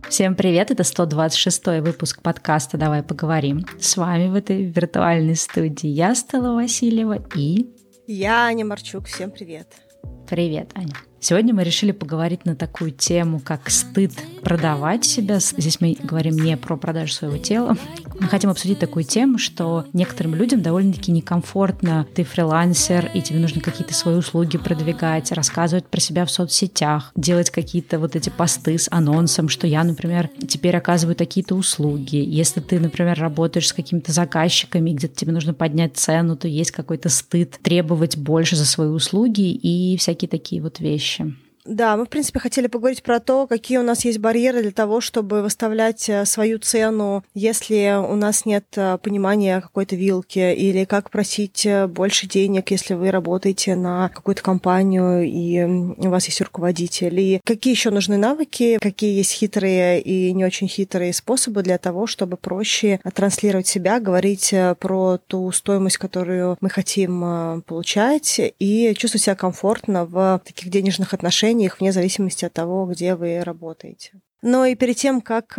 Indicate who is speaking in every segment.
Speaker 1: Всем привет, это 126-й выпуск подкаста «Давай поговорим». С вами в этой виртуальной студии я, Стелла Васильева, и...
Speaker 2: Я, Аня Марчук. Всем привет.
Speaker 1: Привет, Аня. Сегодня мы решили поговорить на такую тему, как стыд продавать себя. Здесь мы говорим не про продажу своего тела. Мы хотим обсудить такую тему, что некоторым людям довольно-таки некомфортно. Ты фрилансер, и тебе нужно какие-то свои услуги продвигать, рассказывать про себя в соцсетях, делать какие-то вот эти посты с анонсом, что я, например, теперь оказываю такие-то услуги. Если ты, например, работаешь с какими-то заказчиками, где-то тебе нужно поднять цену, то есть какой-то стыд требовать больше за свои услуги и всякие такие вот вещи.
Speaker 2: Да, мы, в принципе, хотели поговорить про то, какие у нас есть барьеры для того, чтобы выставлять свою цену, если у нас нет понимания какой-то вилки, или как просить больше денег, если вы работаете на какую-то компанию, и у вас есть руководитель, и какие еще нужны навыки, какие есть хитрые и не очень хитрые способы для того, чтобы проще транслировать себя, говорить про ту стоимость, которую мы хотим получать, и чувствовать себя комфортно в таких денежных отношениях, вне зависимости от того, где вы работаете. Но и перед тем, как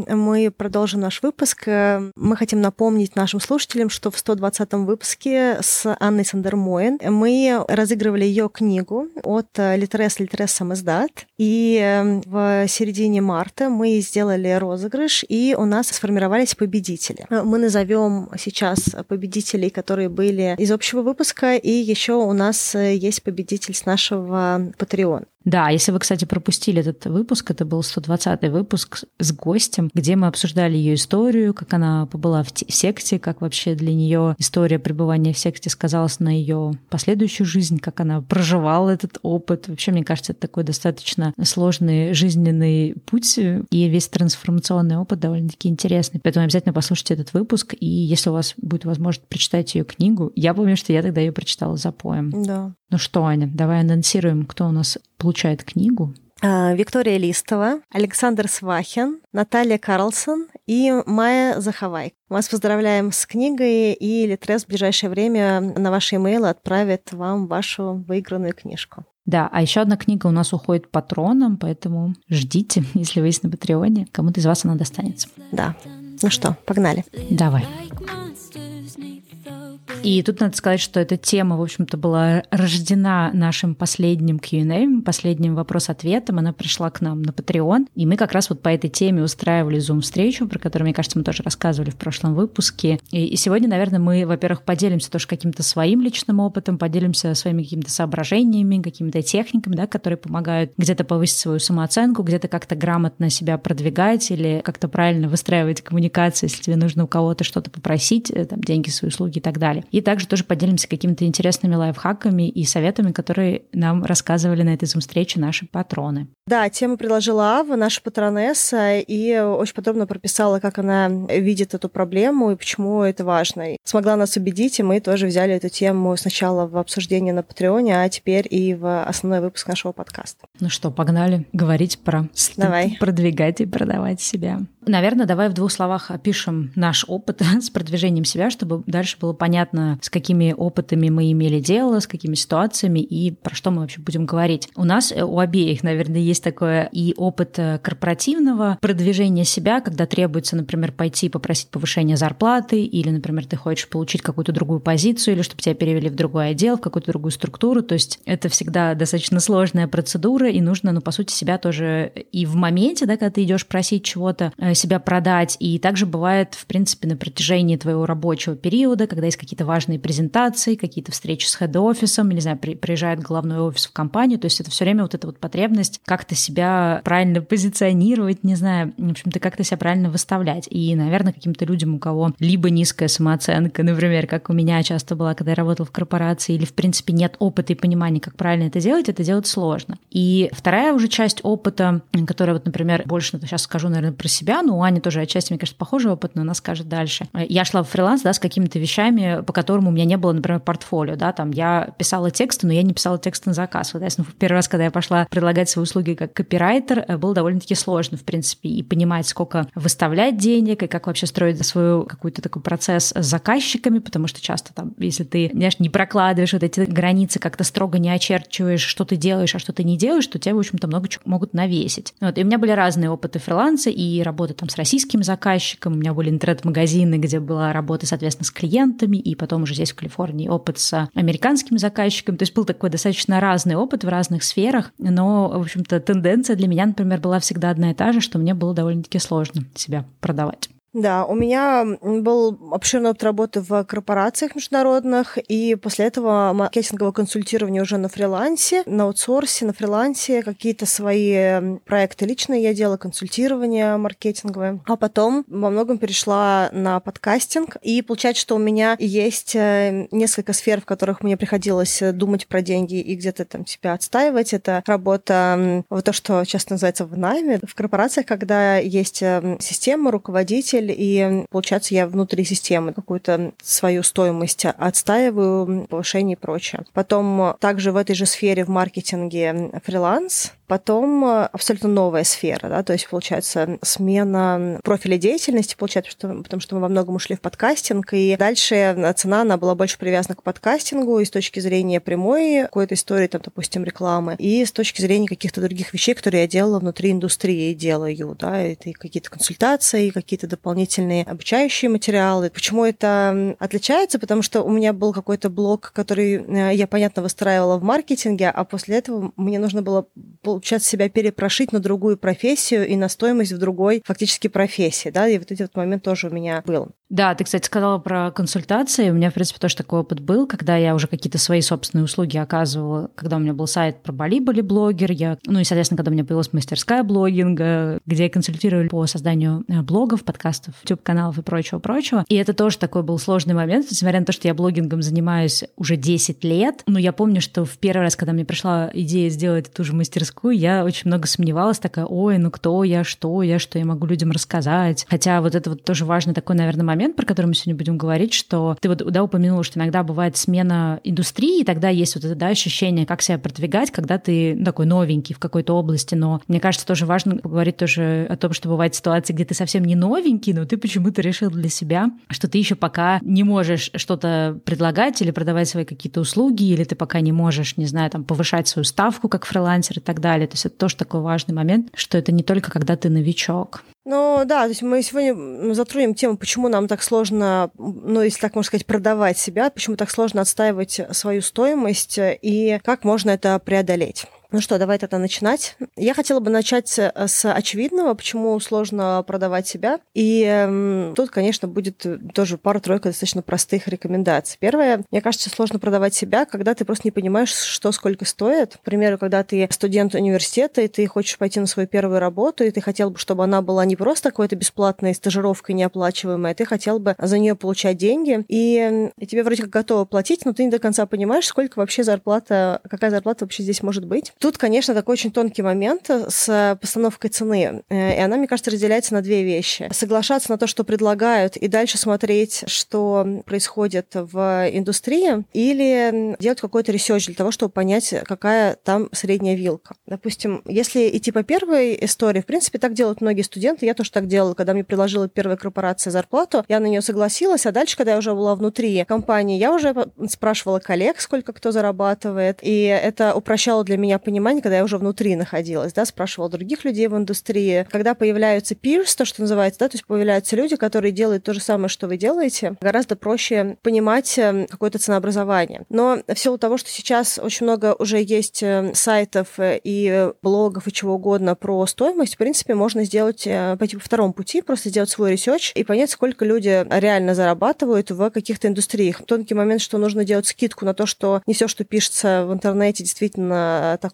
Speaker 2: мы продолжим наш выпуск, мы хотим напомнить нашим слушателям, что в 120-м выпуске с Анной Сандермоен мы разыгрывали ее книгу от Литрес Самиздат. И в середине марта мы сделали розыгрыш, и у нас сформировались победители. Мы назовем сейчас победителей, которые были из общего выпуска, и еще у нас есть победитель с нашего Patreon.
Speaker 1: Да, если вы, кстати, пропустили этот выпуск, это был 120-й выпуск с гостем, где мы обсуждали ее историю, как она побыла в секте, как вообще для нее история пребывания в секте сказалась на ее последующую жизнь, как она проживала этот опыт. Вообще, мне кажется, это такой достаточно сложный жизненный путь, и весь трансформационный опыт довольно-таки интересный. Поэтому обязательно послушайте этот выпуск, и если у вас будет возможность прочитать ее книгу, я помню, что я тогда ее прочитала запоем.
Speaker 2: Да.
Speaker 1: Ну что, Аня, давай анонсируем, кто у нас получает книгу.
Speaker 2: Виктория Листова, Александр Свахин, Наталья Карлсон и Майя Захавай. Вас поздравляем с книгой, и Литрес в ближайшее время на ваши имейлы отправит вам вашу выигранную книжку.
Speaker 1: Да, а еще одна книга у нас уходит патронам, поэтому ждите, если вы есть на Патреоне, кому-то из вас она достанется.
Speaker 2: Да. Ну что, погнали.
Speaker 1: Давай. И тут надо сказать, что эта тема, в общем-то, была рождена нашим последним Q&A, последним вопрос-ответом. Она пришла к нам на Patreon, и мы как раз вот по этой теме устраивали Zoom-встречу, про которую, мне кажется, мы тоже рассказывали в прошлом выпуске. И сегодня, наверное, мы, во-первых, поделимся тоже каким-то своим личным опытом, поделимся своими какими-то соображениями, какими-то техниками, да, которые помогают где-то повысить свою самооценку, где-то как-то грамотно себя продвигать или как-то правильно выстраивать коммуникацию, если тебе нужно у кого-то что-то попросить, там, деньги, свои услуги и так далее. И также тоже поделимся какими-то интересными лайфхаками и советами, которые нам рассказывали на этой Zoom-встрече наши патроны.
Speaker 2: Да, тему предложила Ава, наша патронесса, и очень подробно прописала, как она видит эту проблему и почему это важно. И смогла нас убедить, и мы тоже взяли эту тему сначала в обсуждение на Патреоне, а теперь и в основной выпуск нашего подкаста.
Speaker 1: Ну что, погнали говорить про стыд, продвигать и продавать себя. Наверное, давай в 2 словах опишем наш опыт с продвижением себя, чтобы дальше было понятно, с какими опытами мы имели дело, с какими ситуациями и про что мы вообще будем говорить. У нас у обеих, наверное, есть такое и опыт корпоративного продвижения себя, когда требуется, например, пойти попросить повышения зарплаты, или, например, ты хочешь получить какую-то другую позицию, или чтобы тебя перевели в другой отдел, в какую-то другую структуру. То есть это всегда достаточно сложная процедура, и нужно, по сути, себя тоже и в моменте, да, когда ты идешь просить чего-то, себя продать. И также бывает, в принципе, на протяжении твоего рабочего периода, когда есть какие-то важные презентации, какие-то встречи с хед-офисом, или, не знаю, приезжает головной офис в компанию. То есть это все время вот эта вот потребность как-то себя правильно позиционировать, не знаю, в общем-то, как-то себя правильно выставлять. И, наверное, каким-то людям, у кого либо низкая самооценка, например, как у меня часто была, когда я работала в корпорации, или, в принципе, нет опыта и понимания, как правильно это делать сложно. И вторая уже часть опыта, которая, вот, например, больше сейчас скажу, наверное, про себя, себя, но у Ани тоже отчасти, мне кажется, похожий опыт, но она скажет дальше. Я шла в фриланс, да, с какими-то вещами, по которым у меня не было, например, портфолио, да, там я писала тексты, но я не писала текст на заказ. Вот, в первый раз, когда я пошла предлагать свои услуги как копирайтер, было довольно-таки сложно, в принципе, и понимать, сколько выставлять денег, и как вообще строить свой какой-то такой процесс с заказчиками, потому что часто там, если ты, знаешь, не прокладываешь вот эти границы, как-то строго не очерчиваешь, что ты делаешь, а что ты не делаешь, то тебе, в общем-то, много чего могут навесить. Вот. И у меня были разные опыты фриланса и работы там с российским заказчиком, у меня были интернет-магазины, где была работа, соответственно, с клиентами, и потом уже здесь в Калифорнии опыт с американским заказчиком. То есть был такой достаточно разный опыт в разных сферах, но, в общем-то, тенденция для меня, например, была всегда одна и та же, что мне было довольно-таки сложно себя продавать.
Speaker 2: Да, у меня был обширный опыт работы в корпорациях международных, и после этого маркетинговое консультирование уже на фрилансе, на аутсорсе, на фрилансе, какие-то свои проекты личные я делала, консультирование маркетинговое. А потом во многом перешла на подкастинг, и получается, что у меня есть несколько сфер, в которых мне приходилось думать про деньги и где-то там себя отстаивать. Это работа, вот то, что часто называется в найме, в корпорациях, когда есть система, руководитель, и, получается, я внутри системы какую-то свою стоимость отстаиваю, повышение и прочее. Потом также в этой же сфере в маркетинге фриланс, потом абсолютно новая сфера, да, то есть, получается, смена профиля деятельности, получается, потому что мы во многом ушли в подкастинг, и дальше цена, она была больше привязана к подкастингу и с точки зрения прямой какой-то истории, там, допустим, рекламы, и с точки зрения каких-то других вещей, которые я делала внутри индустрии, делаю, да, это и какие-то консультации, какие-то дополнительные обучающие материалы. Почему это отличается? Потому что у меня был какой-то блок, который я, понятно, выстраивала в маркетинге, а после этого мне нужно было, получается, себя перепрошить на другую профессию и на стоимость в другой фактически профессии, да, и вот этот момент тоже у меня был.
Speaker 1: Да, ты, кстати, сказала про консультации. У меня, в принципе, тоже такой опыт был, когда я уже какие-то свои собственные услуги оказывала, когда у меня был сайт про Бали были блогер, ну и, соответственно, когда у меня появилась мастерская блогинга, где я консультировала по созданию блогов, подкастов, YouTube-каналов и прочего-прочего. И это тоже такой был сложный момент, несмотря на то, что я блогингом занимаюсь уже 10 лет. Но я помню, что в первый раз, когда мне пришла идея сделать эту же мастерскую, я очень много сомневалась, такая, ой, ну кто я, что я могу людям рассказать. Хотя вот это вот тоже важный такой, наверное, момент, про который мы сегодня будем говорить, что ты вот, да, упомянула, что иногда бывает смена индустрии, и тогда есть вот это, да, ощущение, как себя продвигать, когда ты такой новенький в какой-то области, но мне кажется, тоже важно поговорить тоже о том, что бывают ситуации, где ты совсем не новенький, но ты почему-то решил для себя, что ты еще пока не можешь что-то предлагать или продавать свои какие-то услуги, или ты пока не можешь, не знаю, там, повышать свою ставку как фрилансер и так далее. То есть это тоже такой важный момент, что это не только когда ты новичок.
Speaker 2: Ну да, то есть мы сегодня затронем тему, почему нам так сложно, ну если так можно сказать, продавать себя, почему так сложно отстаивать свою стоимость и как можно это преодолеть. Ну что, давай тогда начинать. Я хотела бы начать с очевидного, почему сложно продавать себя. И тут, конечно, будет тоже пара-тройка достаточно простых рекомендаций. Первое, мне кажется, сложно продавать себя, когда ты просто не понимаешь, что сколько стоит. К примеру, когда ты студент университета, и ты хочешь пойти на свою первую работу, и ты хотел бы, чтобы она была не просто какой-то бесплатной стажировкой неоплачиваемой, а ты хотел бы за нее получать деньги. И тебе вроде как готовы платить, но ты не до конца понимаешь, сколько вообще зарплата, какая зарплата вообще здесь может быть. Тут, конечно, такой очень тонкий момент с постановкой цены, и она, мне кажется, разделяется на две вещи. Соглашаться на то, что предлагают, и дальше смотреть, что происходит в индустрии, или делать какой-то ресерч для того, чтобы понять, какая там средняя вилка. Допустим, если идти по первой истории, в принципе, так делают многие студенты, я тоже так делала, когда мне предложила первая корпорация зарплату, я на нее согласилась, а дальше, когда я уже была внутри компании, я уже спрашивала коллег, сколько кто зарабатывает, и это упрощало для меня понимание, когда я уже внутри находилась, да, спрашивала других людей в индустрии. Когда появляются peers, то, что называется, да, то есть появляются люди, которые делают то же самое, что вы делаете, гораздо проще понимать какое-то ценообразование. Но в силу того, что сейчас очень много уже есть сайтов и блогов и чего угодно про стоимость, в принципе, можно сделать, пойти по второму пути, просто сделать свой ресерч и понять, сколько люди реально зарабатывают в каких-то индустриях. Тонкий момент, что нужно делать скидку на то, что не все, что пишется в интернете, действительно так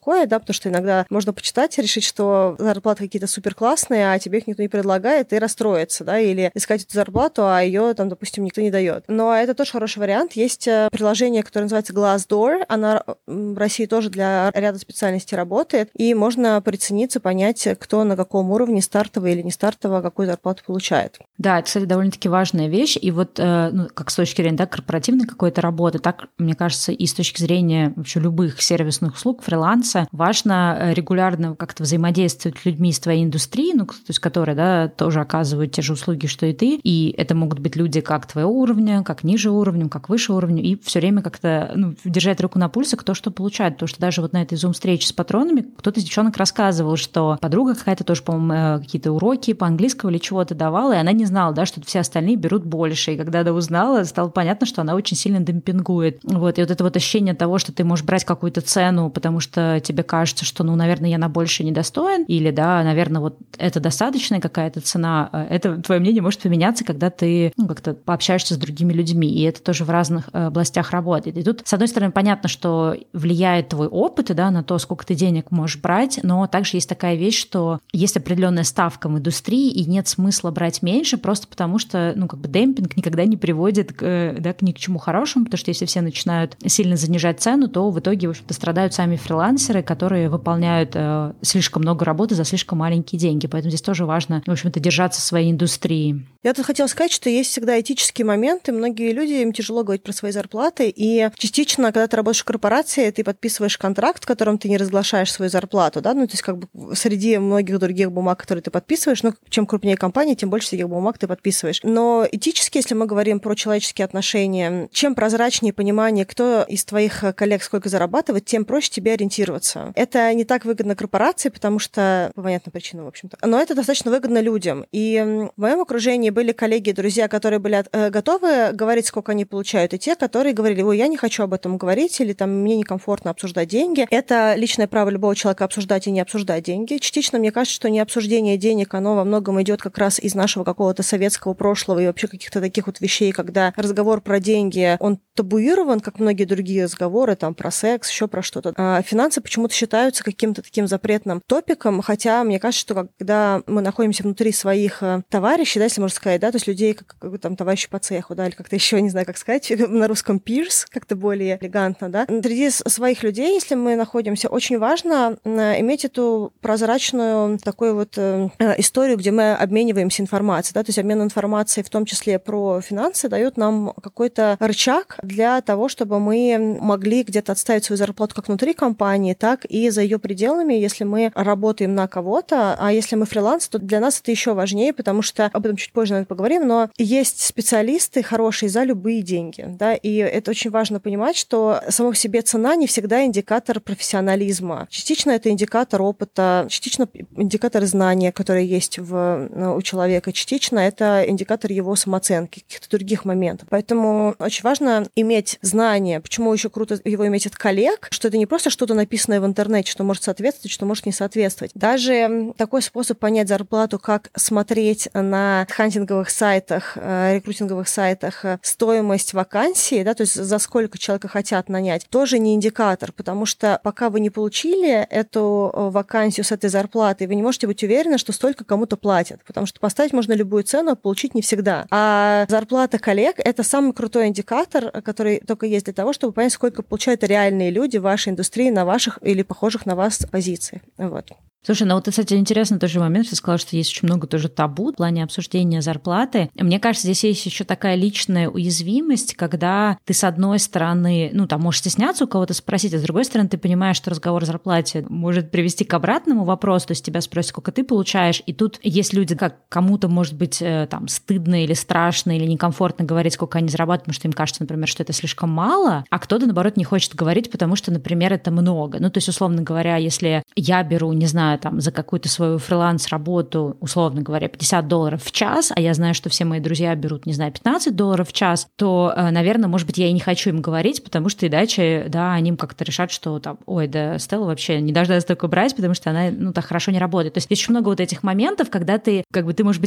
Speaker 2: такое, да, потому что иногда можно почитать и решить, что зарплаты какие-то супер классные, а тебе их никто не предлагает, и расстроиться, да, или искать эту зарплату, а ее там, допустим, никто не дает. Но это тоже хороший вариант. Есть приложение, которое называется Glassdoor, она в России тоже для ряда специальностей работает, и можно прицениться, понять, кто на каком уровне, стартового или не стартового, какую зарплату получает.
Speaker 1: Да, это, кстати, довольно-таки важная вещь, и вот как с точки зрения, да, корпоративной какой-то работы, так, мне кажется, и с точки зрения вообще любых сервисных услуг, фриланса, важно регулярно как-то взаимодействовать с людьми из твоей индустрии, ну, то есть которые, да, тоже оказывают те же услуги, что и ты, и это могут быть люди как твоего уровня, как ниже уровнем, как выше уровня, и все время как-то держать руку на пульсе, кто что получает, потому что даже вот на этой Zoom-встрече с патронами кто-то из девчонок рассказывал, что подруга какая-то тоже, по-моему, какие-то уроки по английскому или чего-то давала, и она не знала, да, что все остальные берут больше, и когда она узнала, стало понятно, что она очень сильно демпингует. Вот, и вот это вот ощущение того, что ты можешь брать какую-то цену, потому что тебе кажется, что, наверное, я на больше недостоин, или, да, наверное, вот это достаточная какая-то цена, это твое мнение может поменяться, когда ты как-то пообщаешься с другими людьми, и это тоже в разных областях работает. И тут, с одной стороны, понятно, что влияет твой опыт, да, на то, сколько ты денег можешь брать, но также есть такая вещь, что есть определенная ставка в индустрии, и нет смысла брать меньше, просто потому что, демпинг никогда не приводит ни к чему хорошему, потому что если все начинают сильно занижать цену, то в итоге, в общем-то, страдают сами фрилансеры, которые выполняют слишком много работы за слишком маленькие деньги. Поэтому здесь тоже важно, в общем-то, держаться своей индустрии.
Speaker 2: Я тут хотела сказать, что есть всегда этические моменты. Многие люди, им тяжело говорить про свои зарплаты, и частично, когда ты работаешь в корпорации, ты подписываешь контракт, в котором ты не разглашаешь свою зарплату, да, то есть как бы среди многих других бумаг, которые ты подписываешь, чем крупнее компания, тем больше таких бумаг ты подписываешь. Но этически, если мы говорим про человеческие отношения, чем прозрачнее понимание, кто из твоих коллег сколько зарабатывает, тем проще тебе ориентироваться. Это не так выгодно корпорации, потому что, по понятным причинам, в общем-то, но это достаточно выгодно людям. И в моем окружении были коллеги, друзья, которые были готовы говорить, сколько они получают, и те, которые говорили: ой, я не хочу об этом говорить, или там мне некомфортно обсуждать деньги. Это личное право любого человека обсуждать и не обсуждать деньги. Частично мне кажется, что не обсуждение денег, оно во многом идет как раз из нашего какого-то советского прошлого и вообще каких-то таких вот вещей, когда разговор про деньги, он табуирован, как многие другие разговоры, там, про секс, еще про что-то. А финансы почему-то считаются каким-то таким запретным топиком, хотя мне кажется, что когда мы находимся внутри своих товарищей, да, если можно сказать, да, то есть людей, как там товарищи по цеху, да, или как-то еще, не знаю, как сказать, на русском peers, как-то более элегантно, да. Среди своих людей, если мы находимся, очень важно иметь эту прозрачную такую вот историю, где мы обмениваемся информацией, да, то есть обмен информацией, в том числе про финансы, дает нам какой-то рычаг для того, чтобы мы могли где-то отставить свою зарплату как внутри компании, так и за ее пределами, если мы работаем на кого-то, а если мы фриланс, то для нас это еще важнее, потому что, об этом чуть позже, наверное, поговорим, но есть специалисты хорошие за любые деньги, да, и это очень важно понимать, что сама в себе цена не всегда индикатор профессионализма. Частично это индикатор опыта, частично индикатор знания, которые есть у человека, частично это индикатор его самооценки, каких-то других моментов. Поэтому очень важно иметь знания. Почему еще круто его иметь от коллег, что это не просто что-то написанное в интернете, что может соответствовать, что может не соответствовать. Даже такой способ понять зарплату, как смотреть на хантинговых сайтах, рекрутинговых сайтах стоимость вакансии, да, то есть за сколько человека хотят нанять, тоже не индикатор, потому что пока вы не получили эту вакансию с этой зарплатой, вы не можете быть уверены, что столько кому-то платят, потому что поставить можно любую цену, а получить не всегда. А зарплата коллег — это самый крутой индикатор, который только есть для того, чтобы понять, сколько получают реальные люди в вашей индустрии на ваших или похожих на вас позициях. Вот.
Speaker 1: Слушай, ну вот, кстати, интересный тоже момент, ты сказала, что есть очень много тоже табу в плане обсуждения зарплаты. Мне кажется, здесь есть еще такая личная уязвимость, когда ты, с одной стороны, можешь стесняться у кого-то спросить, а с другой стороны, ты понимаешь, что разговор о зарплате может привести к обратному вопросу, то есть тебя спросят, сколько ты получаешь, и тут есть люди, как кому-то, может быть, там, стыдно или страшно, или некомфортно говорить, сколько они зарабатывают, потому что им кажется, например, что это слишком мало, а кто-то, наоборот, не хочет говорить, потому что, например, это много. То есть, условно говоря, если я беру, не знаю, там, за какую-то свою фриланс-работу, условно говоря, $50 в час, а я знаю, что все мои друзья берут, не знаю, $15 в час, то, наверное, может быть, я и не хочу им говорить, потому что иначе, да, они как-то решат, что там, ой, да, Стелла вообще не должна столько брать, потому что она, так хорошо не работает. То есть есть очень много вот этих моментов, когда ты, ты, может быть, и хотел бы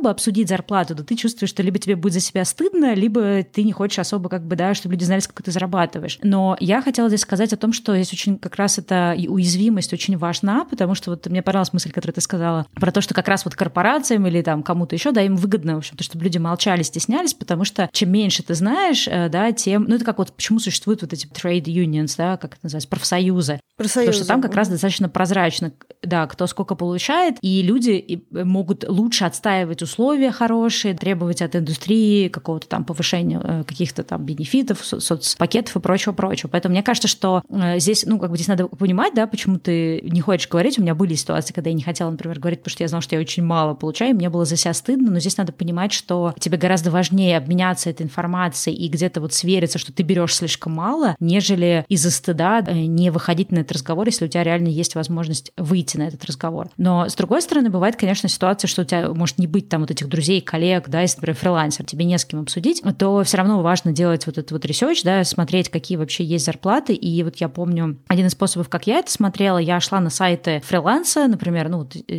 Speaker 1: готова обсудить зарплату, то ты чувствуешь, что либо тебе будет за себя стыдно, либо ты не хочешь особо чтобы люди знали, сколько ты зарабатываешь. Но я хотела здесь сказать о том, что здесь очень как раз эта уязвимость очень важна, потому что вот мне понравилась мысль, которую ты сказала, про то, что как раз вот корпорациям или там кому-то еще, да, им выгодно, в общем-то, чтобы люди молчали, стеснялись, потому что чем меньше ты знаешь, да, тем... Ну, это как вот почему существуют вот эти trade unions, да, как это называется, профсоюзы. Потому что там как раз достаточно прозрачно, да, кто сколько получает, и люди могут лучше отстаивать условия хорошие, требовать от индустрии какого-то там повышения каких-то там бенефитов, соцпакетов и прочего-прочего. Поэтому мне кажется, что здесь, здесь надо понимать, да, почему ты не хочешь говорить. У меня были ситуации, когда я не хотела, например, говорить, потому что я знала, что я очень мало получаю, и мне было за себя стыдно, но здесь надо понимать, что тебе гораздо важнее обменяться этой информацией и где-то вот свериться, что ты берешь слишком мало, нежели из-за стыда не выходить на этот разговор, если у тебя реально есть возможность выйти на этот разговор. Но, с другой стороны, бывает, конечно, ситуация, что у тебя может не быть там вот этих друзей, коллег, да, если, например, фрилансер, тебе не с кем обсудить, то все равно важно делать вот этот вот ресерч, да, смотреть, какие вообще есть зарплаты. И вот я помню, один из способов, как я это смотрела, я шла на сайты фриланса, например,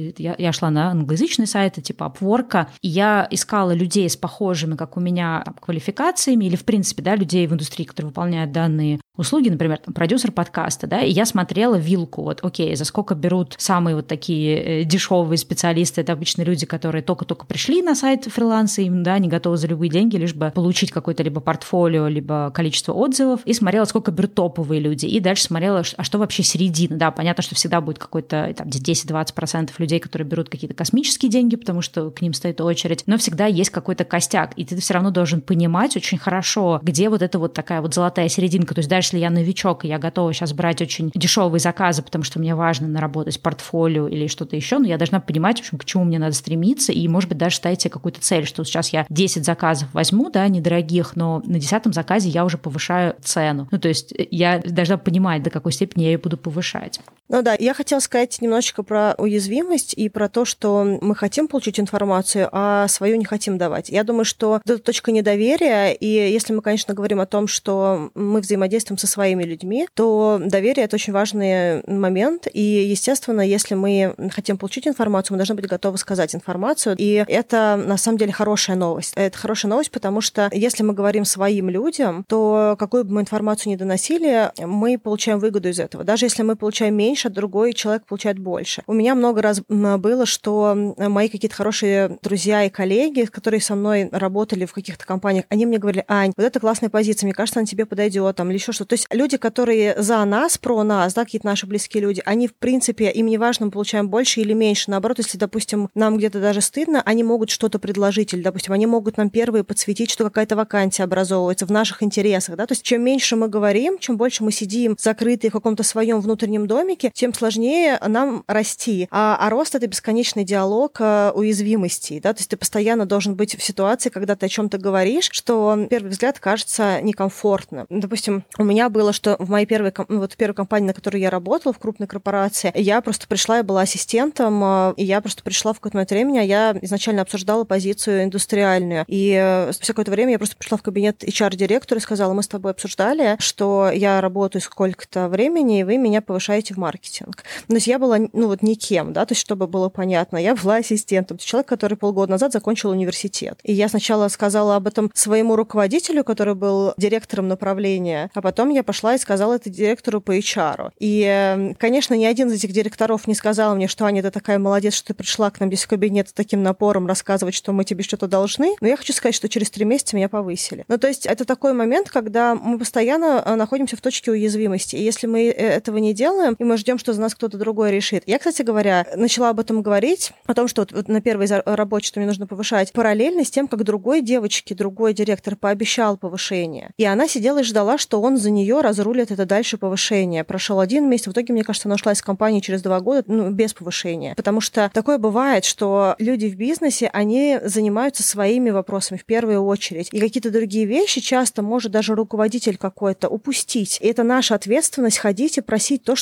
Speaker 1: я шла на англоязычные сайты типа Upwork, и я искала людей с похожими, как у меня, там, квалификациями или, в принципе, да, людей в индустрии, которые выполняют данные услуги, например, там, продюсер подкаста, да, и я смотрела вилку, вот, окей, за сколько берут самые вот такие дешевые специалисты, это обычно люди, которые только-только пришли на сайт фриланса, им, да, не готовы за любые деньги, лишь бы получить какое-то либо портфолио, либо количество отзывов, и смотрела, сколько берут топовые люди, и дальше смотрела, а что вообще середина, да, понятно, что всегда будет какой-то там 10-20% людей, которые берут какие-то космические деньги, потому что к ним стоит очередь, но всегда есть какой-то костяк, и ты все равно должен понимать очень хорошо, где вот эта вот такая вот золотая серединка, то есть даже если я новичок, и я готова сейчас брать очень дешевые заказы, потому что мне важно наработать портфолио или что-то еще, но я должна понимать, в общем, к чему мне надо стремиться, и, может быть, даже ставить себе какую-то цель, что сейчас я 10 заказов возьму, да, недорогих, но на 10-м заказе я уже повышаю цену. То есть я должна понимать, до какой степени я ее буду повышать.
Speaker 2: Да, я хотела сказать немножечко про уязвимость и про то, что мы хотим получить информацию, а свою не хотим давать. Я думаю, что это точка недоверия, и если мы, конечно, говорим о том, что мы взаимодействуем со своими людьми, то доверие — это очень важный момент, и, естественно, если мы хотим получить информацию, мы должны быть готовы сказать информацию, и это, на самом деле, хорошая новость. Это хорошая новость, потому что если мы говорим своим людям, то какую бы мы информацию ни доносили, мы получаем выгоду из этого. Даже если мы получаем меньше, а другой человек получает больше. У меня много раз было, что мои какие-то хорошие друзья и коллеги, которые со мной работали в каких-то компаниях, они мне говорили: Ань, вот это классная позиция, мне кажется, она тебе подойдет, там, или еще что-то. То есть люди, которые за нас, про нас, да, какие-то наши близкие люди, они, в принципе, им не важно, мы получаем больше или меньше. Наоборот, если, допустим, нам где-то даже стыдно, они могут что-то предложить, или, допустим, они могут нам первые подсветить, что какая-то вакансия образовывается в наших интересах, да. То есть чем меньше мы говорим, чем больше мы сидим закрытые в каком-то своем внутреннем домике, тем сложнее нам расти. А рост — это бесконечный диалог уязвимостей, да, то есть ты постоянно должен быть в ситуации, когда ты о чем-то говоришь, что на первый взгляд кажется некомфортно. Допустим, у меня было, что в моей первой компании, на которой я работала, в крупной корпорации, я просто пришла, я была ассистентом, и я просто пришла в какое-то момент времени, а я изначально обсуждала позицию индустриальную. И спустя какое-то время я просто пришла в кабинет HR-директора и сказала: мы с тобой обсуждали, что я работаю сколько-то времени, и вы меня повышаете в маркетинг. То есть я была, никем, да, то есть чтобы было понятно, я была ассистентом, человек, который полгода назад закончил университет. И я сначала сказала об этом своему руководителю, который был директором направления, а потом я пошла и сказала это директору по HR. И, конечно, ни один из этих директоров не сказал мне, что: Аня, ты такая молодец, что ты пришла к нам здесь в кабинет с таким напором рассказывать, что мы тебе что-то должны. Но я хочу сказать, что через 3 месяца меня повысили. То есть это такой момент, когда мы постоянно находимся в точке уязвимости. И если мы этого не делаем, и мы ждем, что за нас кто-то другой решит. Я, кстати говоря, начала об этом говорить, о том, что вот на первой работе, что мне нужно повышать, параллельно с тем, как другой директор пообещал повышение. И она сидела и ждала, что он за нее разрулит это дальше повышение. Прошел 1 месяц, в итоге, мне кажется, она ушла из компании через 2 года, без повышения. Потому что такое бывает, что люди в бизнесе, они занимаются своими вопросами в первую очередь. И какие-то другие вещи часто может даже руководитель какой-то упустить. И это наша ответственность ходить и просить то, что нам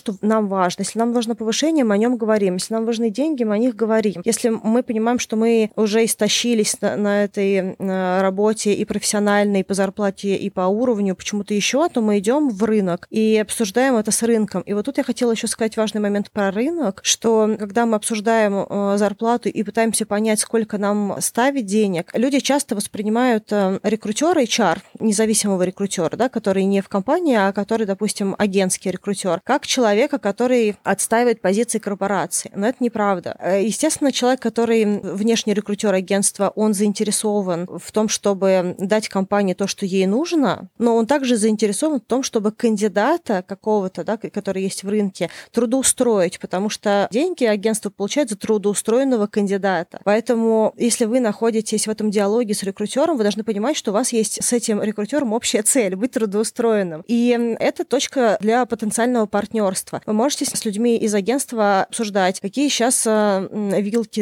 Speaker 2: нам важно. Если нам важно повышение, мы о нем говорим. Если нам важны деньги, мы о них говорим. Если мы понимаем, что мы уже истощились на этой работе и профессиональной, и по зарплате, и по уровню, почему-то еще, то мы идем в рынок и обсуждаем это с рынком. И вот тут я хотела еще сказать важный момент про рынок, что когда мы обсуждаем зарплату и пытаемся понять, сколько нам ставить денег, люди часто воспринимают рекрутера HR, независимого рекрутера, да, который не в компании, а который, допустим, агентский рекрутер, как человека, который отстаивает позиции корпорации. Но это неправда. Естественно, человек, который внешний рекрутер агентства, он заинтересован в том, чтобы дать компании то, что ей нужно, но он также заинтересован в том, чтобы кандидата какого-то, да, который есть в рынке, трудоустроить, потому что деньги агентство получает за трудоустроенного кандидата. Поэтому, если вы находитесь в этом диалоге с рекрутером, вы должны понимать, что у вас есть с этим рекрутером общая цель — быть трудоустроенным. И это точка для потенциального партнерства. Вы можете с людьми из агентства обсуждать, какие сейчас вилки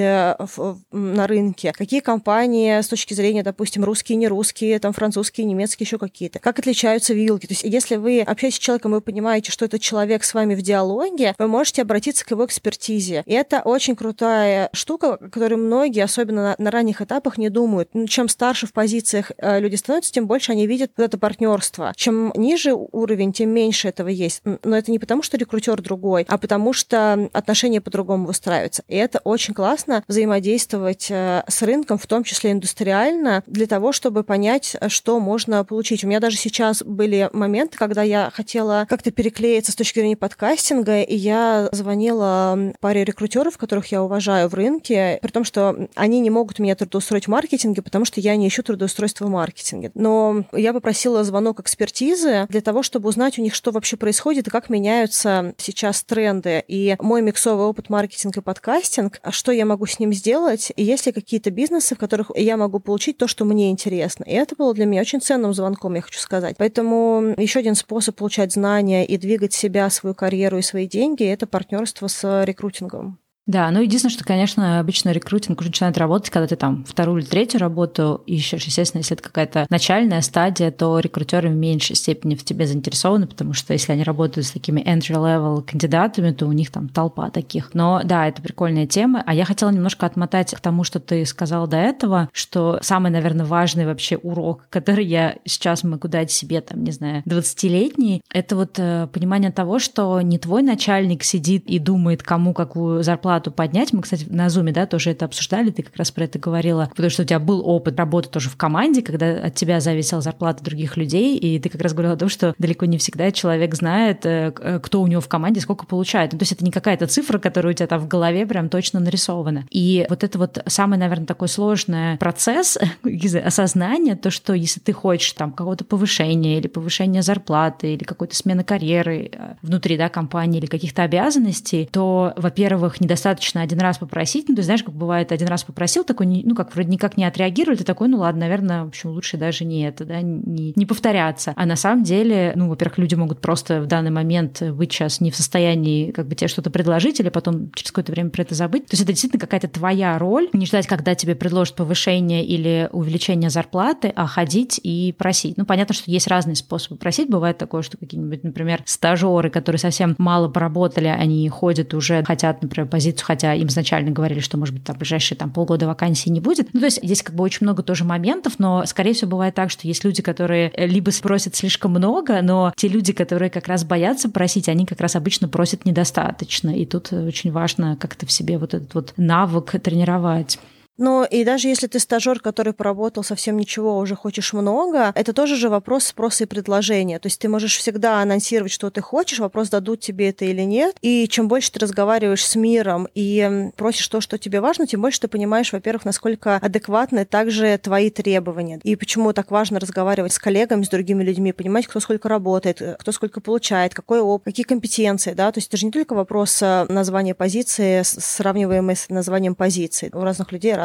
Speaker 2: на рынке, какие компании с точки зрения, допустим, русские, не русские, там французские, немецкие, еще какие-то. Как отличаются вилки? То есть если вы общаетесь с человеком, и вы понимаете, что этот человек с вами в диалоге, вы можете обратиться к его экспертизе. И это очень крутая штука, о которой многие, особенно на ранних этапах, не думают. Чем старше в позициях люди становятся, тем больше они видят это партнерство. Чем ниже уровень, тем меньше этого есть. Но это не потому, что рекрутер другой, а потому что отношения по-другому выстраиваются. И это очень классно взаимодействовать с рынком, в том числе индустриально, для того, чтобы понять, что можно получить. У меня даже сейчас были моменты, когда я хотела как-то переклеиться с точки зрения подкастинга, и я звонила паре рекрутеров, которых я уважаю в рынке, при том, что они не могут меня трудоустроить в маркетинге, потому что я не ищу трудоустройство в маркетинге. Но я попросила звонок экспертизы для того, чтобы узнать у них, что вообще происходит и как меняются сейчас тренды. И мой миксовый опыт маркетинг и подкастинг, что я могу с ним сделать, и есть ли какие-то бизнесы, в которых я могу получить то, что мне интересно. И это было для меня очень ценным звонком, я хочу сказать. Поэтому еще один способ получать знания и двигать себя, свою карьеру и свои деньги — это партнерство с рекрутингом.
Speaker 1: Да, ну единственное, что, конечно, обычно рекрутинг уже начинает работать, когда ты там вторую или третью работу ищешь. Естественно, если это какая-то начальная стадия, то рекрутеры в меньшей степени в тебе заинтересованы, потому что если они работают с такими entry-level кандидатами, то у них там толпа таких. Но да, это прикольная тема. А я хотела немножко отмотать к тому, что ты сказала до этого, что самый, наверное, важный вообще урок, который я сейчас могу дать себе, там, не знаю, 20-летний, это вот понимание того, что не твой начальник сидит и думает, кому какую зарплату поднять. Мы, кстати, на Zoom, да, тоже это обсуждали, ты как раз про это говорила, потому что у тебя был опыт работы тоже в команде, когда от тебя зависела зарплата других людей, и ты как раз говорила о том, что далеко не всегда человек знает, кто у него в команде сколько получает. Ну, то есть это не какая-то цифра, которая у тебя там в голове прям точно нарисована. И вот это вот самый, наверное, такой сложный процесс осознания, то, что если ты хочешь там какого-то повышения или повышения зарплаты или какой-то смены карьеры внутри, да, компании или каких-то обязанностей, то, во-первых, недостаточно один раз попросить. Ну, ты знаешь, как бывает, один раз попросил, такой, ну, как вроде никак не отреагировали, ты такой, ну, ладно, наверное, в общем, лучше даже не это, да, не повторяться. А на самом деле, ну, во-первых, люди могут просто в данный момент быть сейчас не в состоянии как бы тебе что-то предложить или потом через какое-то время про это забыть. То есть это действительно какая-то твоя роль, не ждать, когда тебе предложат повышение или увеличение зарплаты, а ходить и просить. Ну, понятно, что есть разные способы просить. Бывает такое, что какие-нибудь, например, стажеры, которые совсем мало поработали, они ходят уже, хотят, например, позицию, хотя им изначально говорили, что, может быть, там ближайшие там, полгода вакансий не будет. Ну, то есть здесь как бы очень много тоже моментов, но, скорее всего, бывает так, что есть люди, которые либо просят слишком много, но те люди, которые как раз боятся просить, они как раз обычно просят недостаточно. И тут очень важно как-то в себе вот этот вот навык тренировать.
Speaker 2: Ну, и даже если ты стажер, который поработал совсем ничего, уже хочешь много, это тоже же вопрос спроса и предложения. То есть ты можешь всегда анонсировать, что ты хочешь, вопрос, дадут тебе это или нет. И чем больше ты разговариваешь с миром и просишь то, что тебе важно, тем больше ты понимаешь, во-первых, насколько адекватны также твои требования. И почему так важно разговаривать с коллегами, с другими людьми, понимать, кто сколько работает, кто сколько получает, какой опыт, какие компетенции, да. То есть это же не только вопрос названия позиции, сравниваемый с названием позиции. У разных людей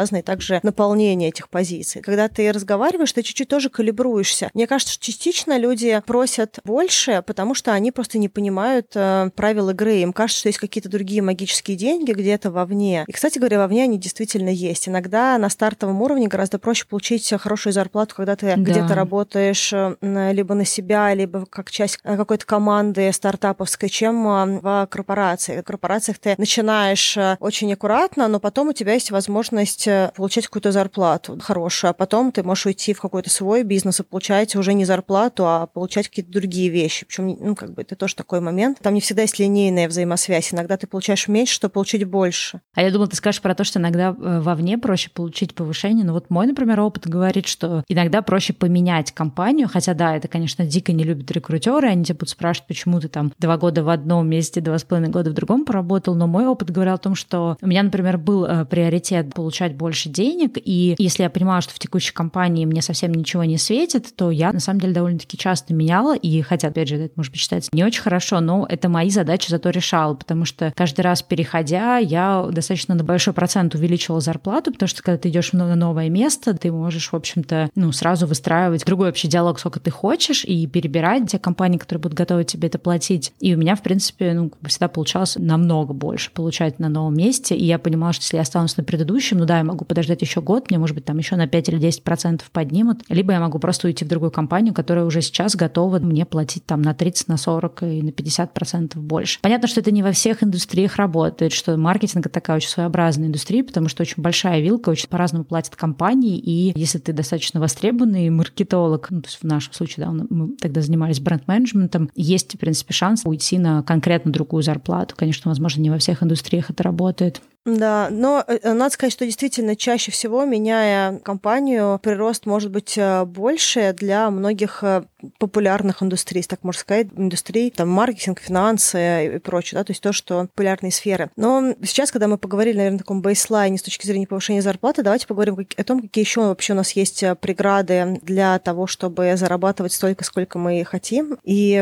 Speaker 2: разные также наполнения этих позиций. Когда ты разговариваешь, ты чуть-чуть тоже калибруешься. Мне кажется, что частично люди просят больше, потому что они просто не понимают правил игры. Им кажется, что есть какие-то другие магические деньги где-то вовне. И, кстати говоря, вовне они действительно есть. Иногда на стартовом уровне гораздо проще получить хорошую зарплату, когда ты где-то работаешь либо на себя, либо как часть какой-то команды стартаповской, чем в корпорации. В корпорациях ты начинаешь очень аккуратно, но потом у тебя есть возможность получать какую-то зарплату хорошую, а потом ты можешь уйти в какой-то свой бизнес и получать уже не зарплату, а получать какие-то другие вещи. Причем, это тоже такой момент. Там не всегда есть линейная взаимосвязь. Иногда ты получаешь меньше, чтобы получить больше.
Speaker 1: А я думала, ты скажешь про то, что иногда вовне проще получить повышение. Но вот мой, например, опыт говорит, что иногда проще поменять компанию, хотя да, это, конечно, дико не любят рекрутеры, они тебя будут спрашивать, почему ты там 2 года в одном месте, 2,5 года в другом поработал, но мой опыт говорил о том, что у меня, например, был приоритет получать больше денег, и если я понимала, что в текущей компании мне совсем ничего не светит, то я, на самом деле, довольно-таки часто меняла, и хотя, опять же, это, может быть, считается не очень хорошо, но это мои задачи зато решала, потому что каждый раз, переходя, я достаточно на большой процент увеличивала зарплату, потому что когда ты идешь на новое место, ты можешь, в общем-то, сразу выстраивать другой общий диалог, сколько ты хочешь, и перебирать те компании, которые будут готовы тебе это платить. И у меня, в принципе, всегда получалось намного больше получать на новом месте, и я понимала, что если я останусь на предыдущем, я могу подождать еще год, мне, может быть, там еще на 5 или 10% поднимут, либо я могу просто уйти в другую компанию, которая уже сейчас готова мне платить там на 30, на 40 и на 50% больше. Понятно, что это не во всех индустриях работает, что маркетинг — это такая очень своеобразная индустрия, потому что очень большая вилка, очень по-разному платят компании, и если ты достаточно востребованный маркетолог, то есть в нашем случае, да, мы тогда занимались бренд-менеджментом, есть, в принципе, шанс уйти на конкретно другую зарплату. Конечно, возможно, не во всех индустриях это работает.
Speaker 2: Да, но надо сказать, что действительно чаще всего, меняя компанию, прирост может быть больше для многих популярных индустрий, так можно сказать, индустрий, там, маркетинг, финансы и прочее, да, то есть то, что популярные сферы. Но сейчас, когда мы поговорили, наверное, о таком бейслайне с точки зрения повышения зарплаты, давайте поговорим о том, какие еще вообще у нас есть преграды для того, чтобы зарабатывать столько, сколько мы хотим,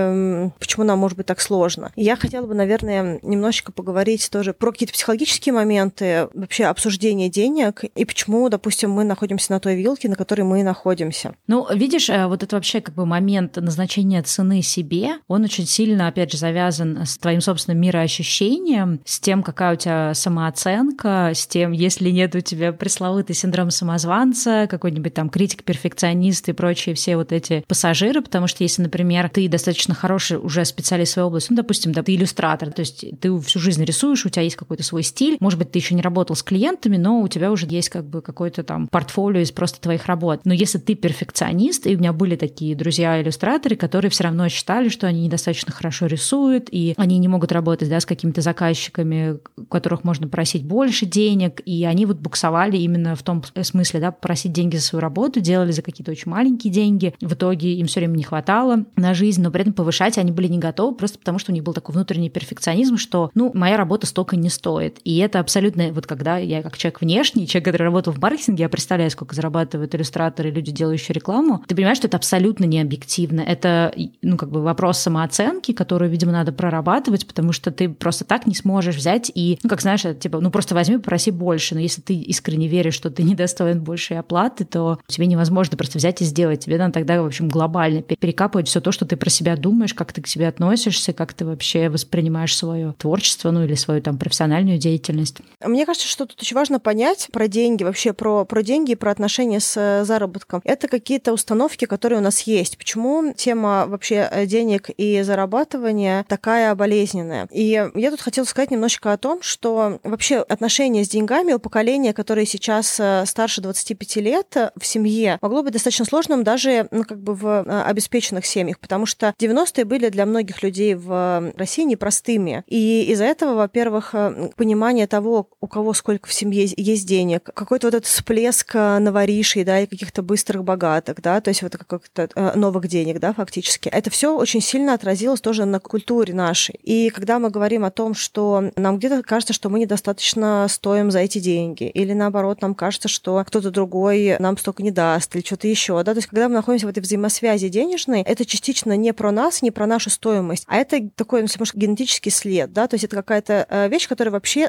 Speaker 2: и почему нам может быть так сложно. И я хотела бы, наверное, немножечко поговорить тоже про какие-то психологические моменты, вообще обсуждения денег и почему, допустим, мы находимся на той вилке, на которой мы находимся.
Speaker 1: Видишь, вот это вообще момент назначения цены себе, он очень сильно, опять же, завязан с твоим собственным мироощущением, с тем, какая у тебя самооценка, с тем, если нет у тебя пресловутый синдром самозванца, какой-нибудь там критик-перфекционист и прочие все вот эти пассажиры, потому что если, например, ты достаточно хороший уже специалист в своей области, допустим, да, ты иллюстратор, то есть ты всю жизнь рисуешь, у тебя есть какой-то свой стиль, может быть, ты еще не работал с клиентами, но у тебя уже есть какой-то там портфолио из просто твоих работ. Но если ты перфекционист, и у меня были такие друзья-иллюстраторы, которые все равно считали, что они недостаточно хорошо рисуют, и они не могут работать, да, с какими-то заказчиками, у которых можно просить больше денег, и они буксовали именно в том смысле, да, просить деньги за свою работу, делали за какие-то очень маленькие деньги, в итоге им все время не хватало на жизнь, но при этом повышать они были не готовы, просто потому что у них был такой внутренний перфекционизм, что, моя работа столько не стоит. И это абсолютно, когда я как человек внешний, человек, который работал в маркетинге, я представляю, сколько зарабатывают иллюстраторы, люди, делающие рекламу, ты понимаешь, что это абсолютно не объективно. Это, вопрос самооценки, которую, видимо, надо прорабатывать, потому что ты просто так не сможешь взять и, просто возьми, попроси больше. Но если ты искренне веришь, что ты недостоин большей оплаты, то тебе невозможно просто взять и сделать. Тебе надо тогда, в общем, глобально перекапывать все то, что ты про себя думаешь, как ты к себе относишься, как ты вообще воспринимаешь свое творчество, или свою там профессиональную деятельность.
Speaker 2: Мне кажется, что тут очень важно понять про деньги, вообще про деньги и про отношения с заработком. Это какие-то установки, которые у нас есть. Почему тема вообще денег и зарабатывания такая болезненная? И я тут хотела сказать немножечко о том, что вообще отношения с деньгами у поколения, которое сейчас старше 25 лет в семье, могло быть достаточно сложным даже в обеспеченных семьях, потому что 90-е были для многих людей в России непростыми. И из-за этого, во-первых, понимание того, у кого сколько в семье есть денег, какой-то этот всплеск новоришей, да, и каких-то быстрых богаток, да, то есть как-то новых денег, да, фактически. Это все очень сильно отразилось тоже на культуре нашей. И когда мы говорим о том, что нам где-то кажется, что мы недостаточно стоим за эти деньги, или наоборот, нам кажется, что кто-то другой нам столько не даст, или что-то еще, да, то есть когда мы находимся в этой взаимосвязи денежной, это частично не про нас, не про нашу стоимость, а это такой, если можно, генетический след, да, то есть это какая-то вещь, которая вообще не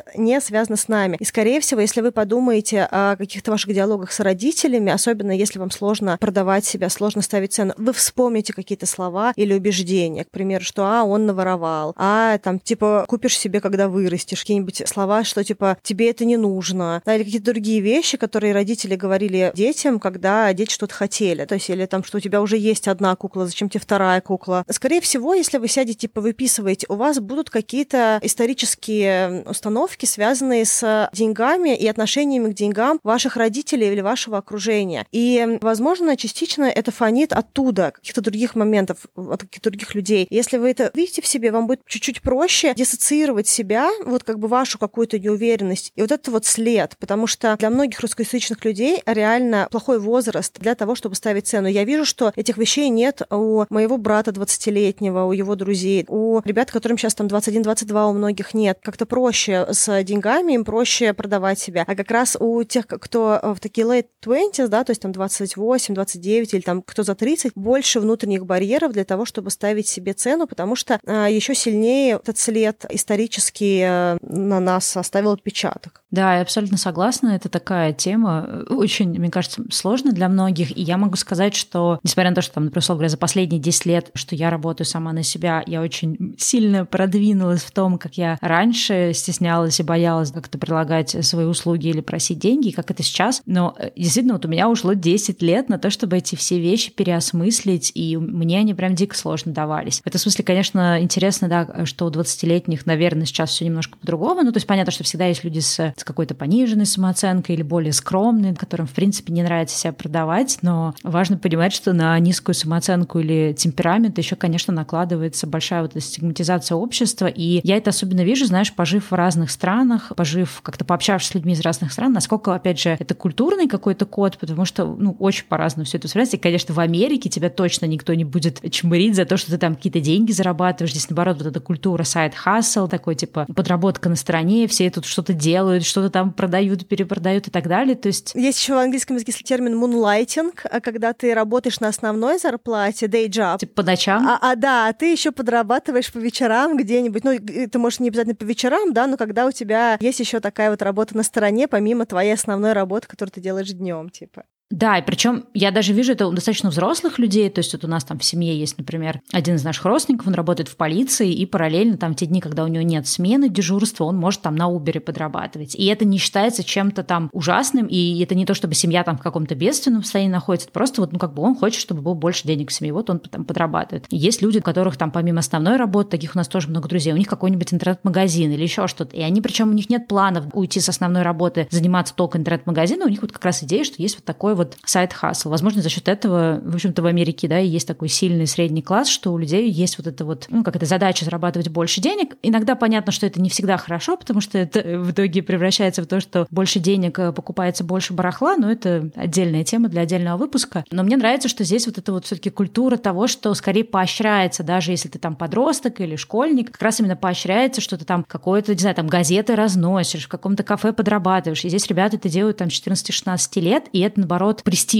Speaker 2: связано с нами. И, скорее всего, если вы подумаете о каких-то ваших диалогах с родителями, особенно если вам сложно продавать себя, сложно ставить цену, вы вспомните какие-то слова или убеждения, к примеру, что он наворовал, там, типа, купишь себе, когда вырастешь, какие-нибудь слова, что, типа, тебе это не нужно, или какие-то другие вещи, которые родители говорили детям, когда дети что-то хотели, то есть, или там, что у тебя уже есть одна кукла, зачем тебе вторая кукла. Скорее всего, если вы сядете, типа, выписываете, у вас будут какие-то исторические установки, связанные с деньгами и отношениями к деньгам ваших родителей или вашего окружения. И, возможно, частично это фонит оттуда, каких-то других моментов, от каких-то других людей. Если вы это видите в себе, вам будет чуть-чуть проще диссоциировать себя, вот как бы вашу какую-то неуверенность, и вот это вот след, потому что для многих русскоязычных людей реально плохой возраст для того, чтобы ставить цену. Я вижу, что этих вещей нет у моего брата 20-летнего, у его друзей, у ребят, которым сейчас там 21-22, у многих нет. Как-то проще с деньгами, им проще продавать себя. А как раз у тех, кто в такие late 20s, да, то есть там 28, 29 или там кто за 30, больше внутренних барьеров для того, чтобы ставить себе цену, потому что еще сильнее этот след исторический на нас оставил отпечаток.
Speaker 1: Да, я абсолютно согласна. Это такая тема очень, мне кажется, сложная для многих. И я могу сказать, что, несмотря на то, что, там, например, говоря, за последние 10 лет, что я работаю сама на себя, я очень сильно продвинулась в том, как я раньше стеснялась и боялась как-то предлагать свои услуги или просить деньги, как это сейчас. Но действительно, вот у меня ушло 10 лет на то, чтобы эти все вещи переосмыслить, и мне они прям дико сложно давались. В этом смысле, конечно, интересно, да, что у 20-летних, наверное, сейчас все немножко по-другому. Ну, то есть понятно, что всегда есть люди с какой-то пониженной самооценкой или более скромной, которым, в принципе, не нравится себя продавать, но важно понимать, что на низкую самооценку или темперамент еще, конечно, накладывается большая вот эта стигматизация общества, и я это особенно вижу, знаешь, пожив в разных странах, пожив, как-то пообщавшись с людьми из разных стран, насколько, опять же, это культурный какой-то код, потому что, очень по-разному все это воспринимается, и, конечно, в Америке тебя точно никто не будет чмырить за то, что ты там какие-то деньги зарабатываешь, здесь, наоборот, вот эта культура сайд-хасл, такой, типа, подработка на стороне, все тут что-то делают, что-то там продают, перепродают и так далее. То есть
Speaker 2: еще в английском языке термин moonlighting, когда ты работаешь на основной зарплате, day job.
Speaker 1: Типа по ночам?
Speaker 2: Да, ты еще подрабатываешь по вечерам где-нибудь. Это может не обязательно по вечерам, да, но когда у тебя есть еще такая вот работа на стороне, помимо твоей основной работы, которую ты делаешь днем, типа.
Speaker 1: Да, и причем я даже вижу это у достаточно взрослых людей, то есть вот у нас там в семье есть, например, один из наших родственников, он работает в полиции, и параллельно там те дни, когда у него нет смены, дежурства, он может там на Uber подрабатывать. И это не считается чем-то там ужасным, и это не то, чтобы семья там в каком-то бедственном состоянии находится, это просто вот, он хочет, чтобы было больше денег в семье, вот он там подрабатывает. И есть люди, у которых там помимо основной работы, таких у нас тоже много друзей, у них какой-нибудь интернет-магазин или еще что-то, и они, причем у них нет планов уйти с основной работы, заниматься только интернет-магазином, у них вот как раз идея, что есть вот такой вот сайд-хасл. Возможно, за счет этого, в общем-то, в Америке, да, есть такой сильный средний класс, что у людей есть вот эта вот, задача зарабатывать больше денег. Иногда понятно, что это не всегда хорошо, потому что это в итоге превращается в то, что больше денег покупается больше барахла, но это отдельная тема для отдельного выпуска. Но мне нравится, что здесь вот эта вот все-таки культура того, что скорее поощряется, даже если ты там подросток или школьник, как раз именно поощряется, что ты там какое-то, не знаю, там газеты разносишь, в каком-то кафе подрабатываешь. И здесь ребята это делают там 14-16 лет, и это, наоборот, престижно.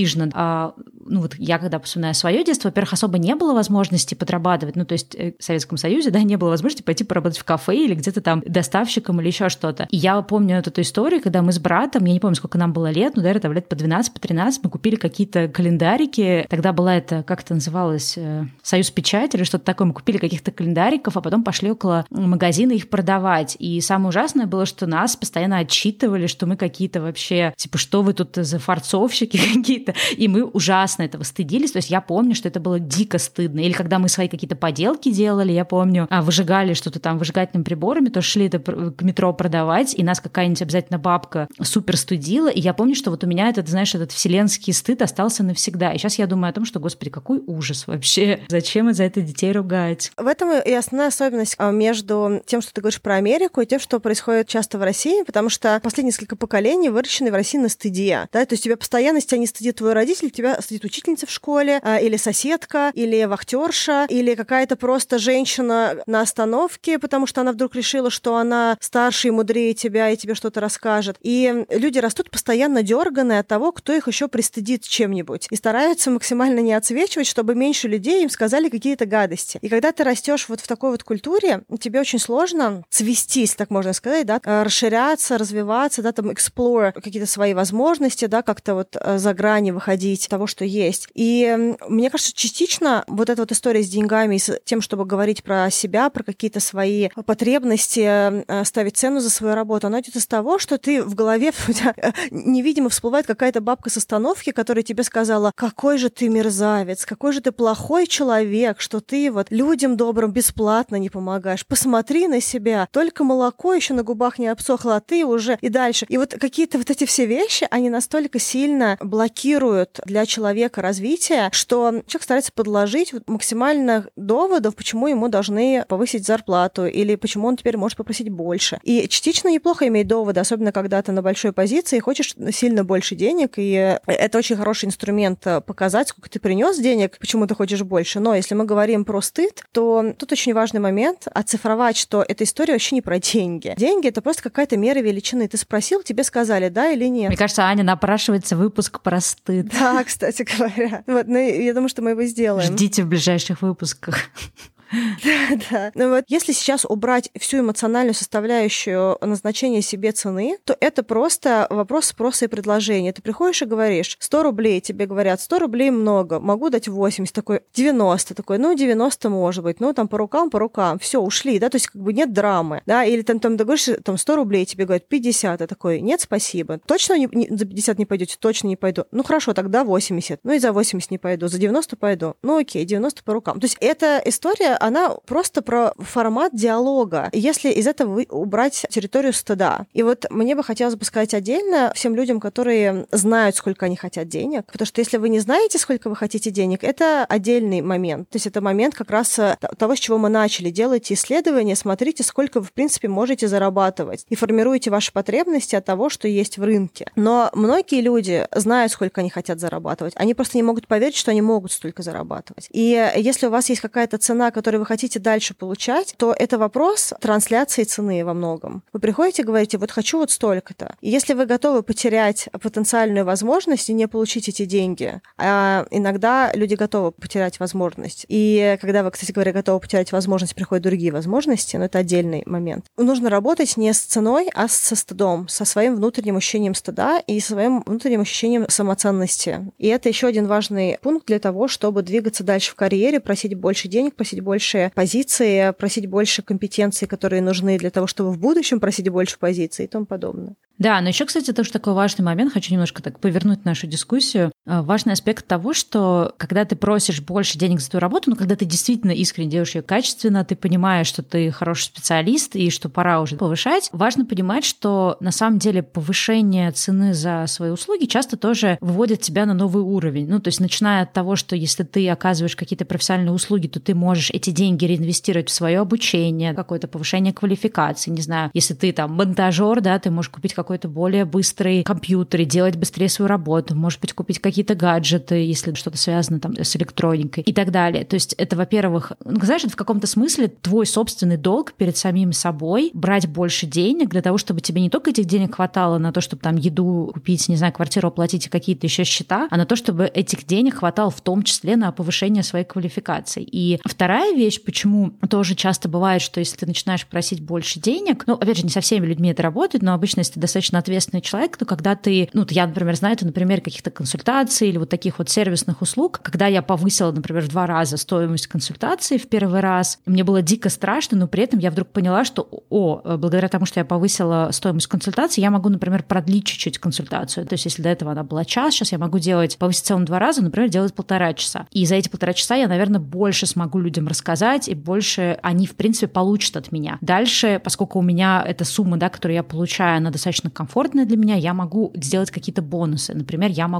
Speaker 1: Я когда вспоминаю свое детство, во-первых, особо не было возможности подрабатывать, то есть в Советском Союзе, да, не было возможности пойти поработать в кафе или где-то там доставщиком или еще что-то. И я помню эту историю, когда мы с братом, я не помню, сколько нам было лет, наверное, там лет по 12, по 13, мы купили какие-то календарики, тогда была это, как это называлось, Союз Печать или что-то такое, мы купили каких-то календариков, а потом пошли около магазина их продавать. И самое ужасное было, что нас постоянно отчитывали, что мы какие-то вообще, типа, что вы тут за фарцовщики какие-то, и мы ужасно этого стыдились, то есть я помню, что это было дико стыдно. Или когда мы свои какие-то поделки делали, я помню, выжигали что-то там выжигательными приборами, то шли это к метро продавать, и нас какая-нибудь обязательно бабка супер стыдила, и я помню, что вот у меня этот вселенский стыд остался навсегда. И сейчас я думаю о том, что, господи, какой ужас вообще, зачем из-за этого детей ругать?
Speaker 2: В этом и основная особенность между тем, что ты говоришь про Америку, и тем, что происходит часто в России, потому что последние несколько поколений выращены в России на стыде, да, то есть тебя постоянно, если тебя не стыдит твой родитель, тебя стыдит учительница в школе, или соседка, или вахтерша, или какая-то просто женщина на остановке, потому что она вдруг решила, что она старше и мудрее тебя, и тебе что-то расскажет. И люди растут постоянно дерганые от того, кто их еще пристыдит чем-нибудь. И стараются максимально не отсвечивать, чтобы меньше людей им сказали какие-то гадости. И когда ты растешь вот в такой вот культуре, тебе очень сложно цвестись, так можно сказать, да, расширяться, развиваться, да, там, explore какие-то свои возможности, да, как-то вот за грани выходить того, что есть. И мне кажется, частично вот эта вот история с деньгами и с тем, чтобы говорить про себя, про какие-то свои потребности, ставить цену за свою работу, она идет из того, что ты в голове, у тебя невидимо всплывает какая-то бабка с остановки, которая тебе сказала: какой же ты мерзавец, какой же ты плохой человек, что ты вот людям добрым бесплатно не помогаешь. Посмотри на себя, только молоко еще на губах не обсохло, а ты уже и дальше. И вот какие-то вот эти все вещи, они настолько сильно блокируют для человека развитие, что человек старается подложить максимально доводов, почему ему должны повысить зарплату или почему он теперь может попросить больше. И частично неплохо иметь доводы, особенно когда ты на большой позиции и хочешь сильно больше денег, и это очень хороший инструмент показать, сколько ты принес денег, почему ты хочешь больше. Но если мы говорим про стыд, то тут очень важный момент оцифровать, что эта история вообще не про деньги. Деньги — это просто какая-то мера величины. Ты спросил, тебе сказали, да или нет.
Speaker 1: Мне кажется, Аня, напрашивается выпуск про стыд.
Speaker 2: Да, кстати говоря. Вот, ну, я думаю, что мы его сделаем.
Speaker 1: Ждите в ближайших выпусках.
Speaker 2: Да. Ну вот, если сейчас убрать всю эмоциональную составляющую назначения себе цены, то это просто вопрос спроса и предложения. Ты приходишь и говоришь: 100 рублей, тебе говорят, 100 рублей много, могу дать 80, такой 90, такой, ну 90 может быть, ну там по рукам, все, ушли, да, то есть как бы нет драмы, да, или там договоришься, там 100 рублей, тебе говорят 50, а такой, нет, спасибо, точно за 50 не пойдете, точно не пойду, ну хорошо, тогда 80, ну и за 80 не пойду, за 90 пойду, ну окей, 90 по рукам. То есть эта история, она просто про формат диалога, если из этого убрать территорию стыда. И вот мне бы хотелось бы сказать отдельно всем людям, которые знают, сколько они хотят денег, потому что если вы не знаете, сколько вы хотите денег, это отдельный момент. То есть это момент как раз того, с чего мы начали. Делайте исследования, смотрите, сколько вы, в принципе, можете зарабатывать, и формируйте ваши потребности от того, что есть в рынке. Но многие люди знают, сколько они хотят зарабатывать. Они просто не могут поверить, что они могут столько зарабатывать. И если у вас есть какая-то цена, которую вы хотите дальше получать, то это вопрос трансляции цены во многом. Вы приходите и говорите: вот хочу вот столько-то. И если вы готовы потерять потенциальную возможность и не получить эти деньги, а иногда люди готовы потерять возможность. И когда вы, кстати говоря, готовы потерять возможность, приходят другие возможности, но это отдельный момент. Нужно работать не с ценой, а со стыдом, со своим внутренним ощущением стыда и со своим внутренним ощущением самоценности. И это еще один важный пункт для того, чтобы двигаться дальше в карьере, просить больше денег, просить больше позиции, просить больше компетенций, которые нужны для того, чтобы в будущем просить больше позиций и тому подобное.
Speaker 1: Да, но еще, кстати, тоже такой важный момент, хочу немножко так повернуть нашу дискуссию. Важный аспект того, что когда ты просишь больше денег за твою работу, когда ты действительно искренне делаешь ее качественно, ты понимаешь, что ты хороший специалист и что пора уже повышать, важно понимать, что на самом деле повышение цены за свои услуги часто тоже выводит тебя на новый уровень. Ну, то есть начиная от того, что если ты оказываешь какие-то профессиональные услуги, то ты можешь эти деньги реинвестировать в свое обучение, какое-то повышение квалификации, не знаю, если ты там монтажер, да, ты можешь купить какой-то более быстрый компьютер и делать быстрее свою работу, может быть, купить какие-то гаджеты, если что-то связано там с электроникой и так далее. То есть это, во-первых, знаешь, это в каком-то смысле твой собственный долг перед самим собой брать больше денег для того, чтобы тебе не только этих денег хватало на то, чтобы там еду купить, не знаю, квартиру оплатить и какие-то еще счета, а на то, чтобы этих денег хватало в том числе на повышение своей квалификации. И вторая вещь, почему тоже часто бывает, что если ты начинаешь просить больше денег, ну, опять же, не со всеми людьми это работает, но обычно, если ты достаточно ответственный человек, то когда ты, ну, я, например, знаю, это, например, каких-то консультаций или вот таких вот сервисных услуг, когда я повысила, например, в 2 раза стоимость консультации в первый раз, мне было дико страшно, но при этом я вдруг поняла, что, благодаря тому, что я повысила стоимость консультации, я могу, например, продлить чуть-чуть консультацию. То есть если до этого она была час, сейчас я могу повысить в целом 2 раза, например, делать 1,5 часа. И за эти 1,5 часа я, наверное, больше смогу людям рассказать, и больше они, в принципе, получат от меня. Дальше, поскольку у меня эта сумма, которую я получаю, она достаточно комфортная для меня, я могу сделать какие-то бонусы. Например, я могу после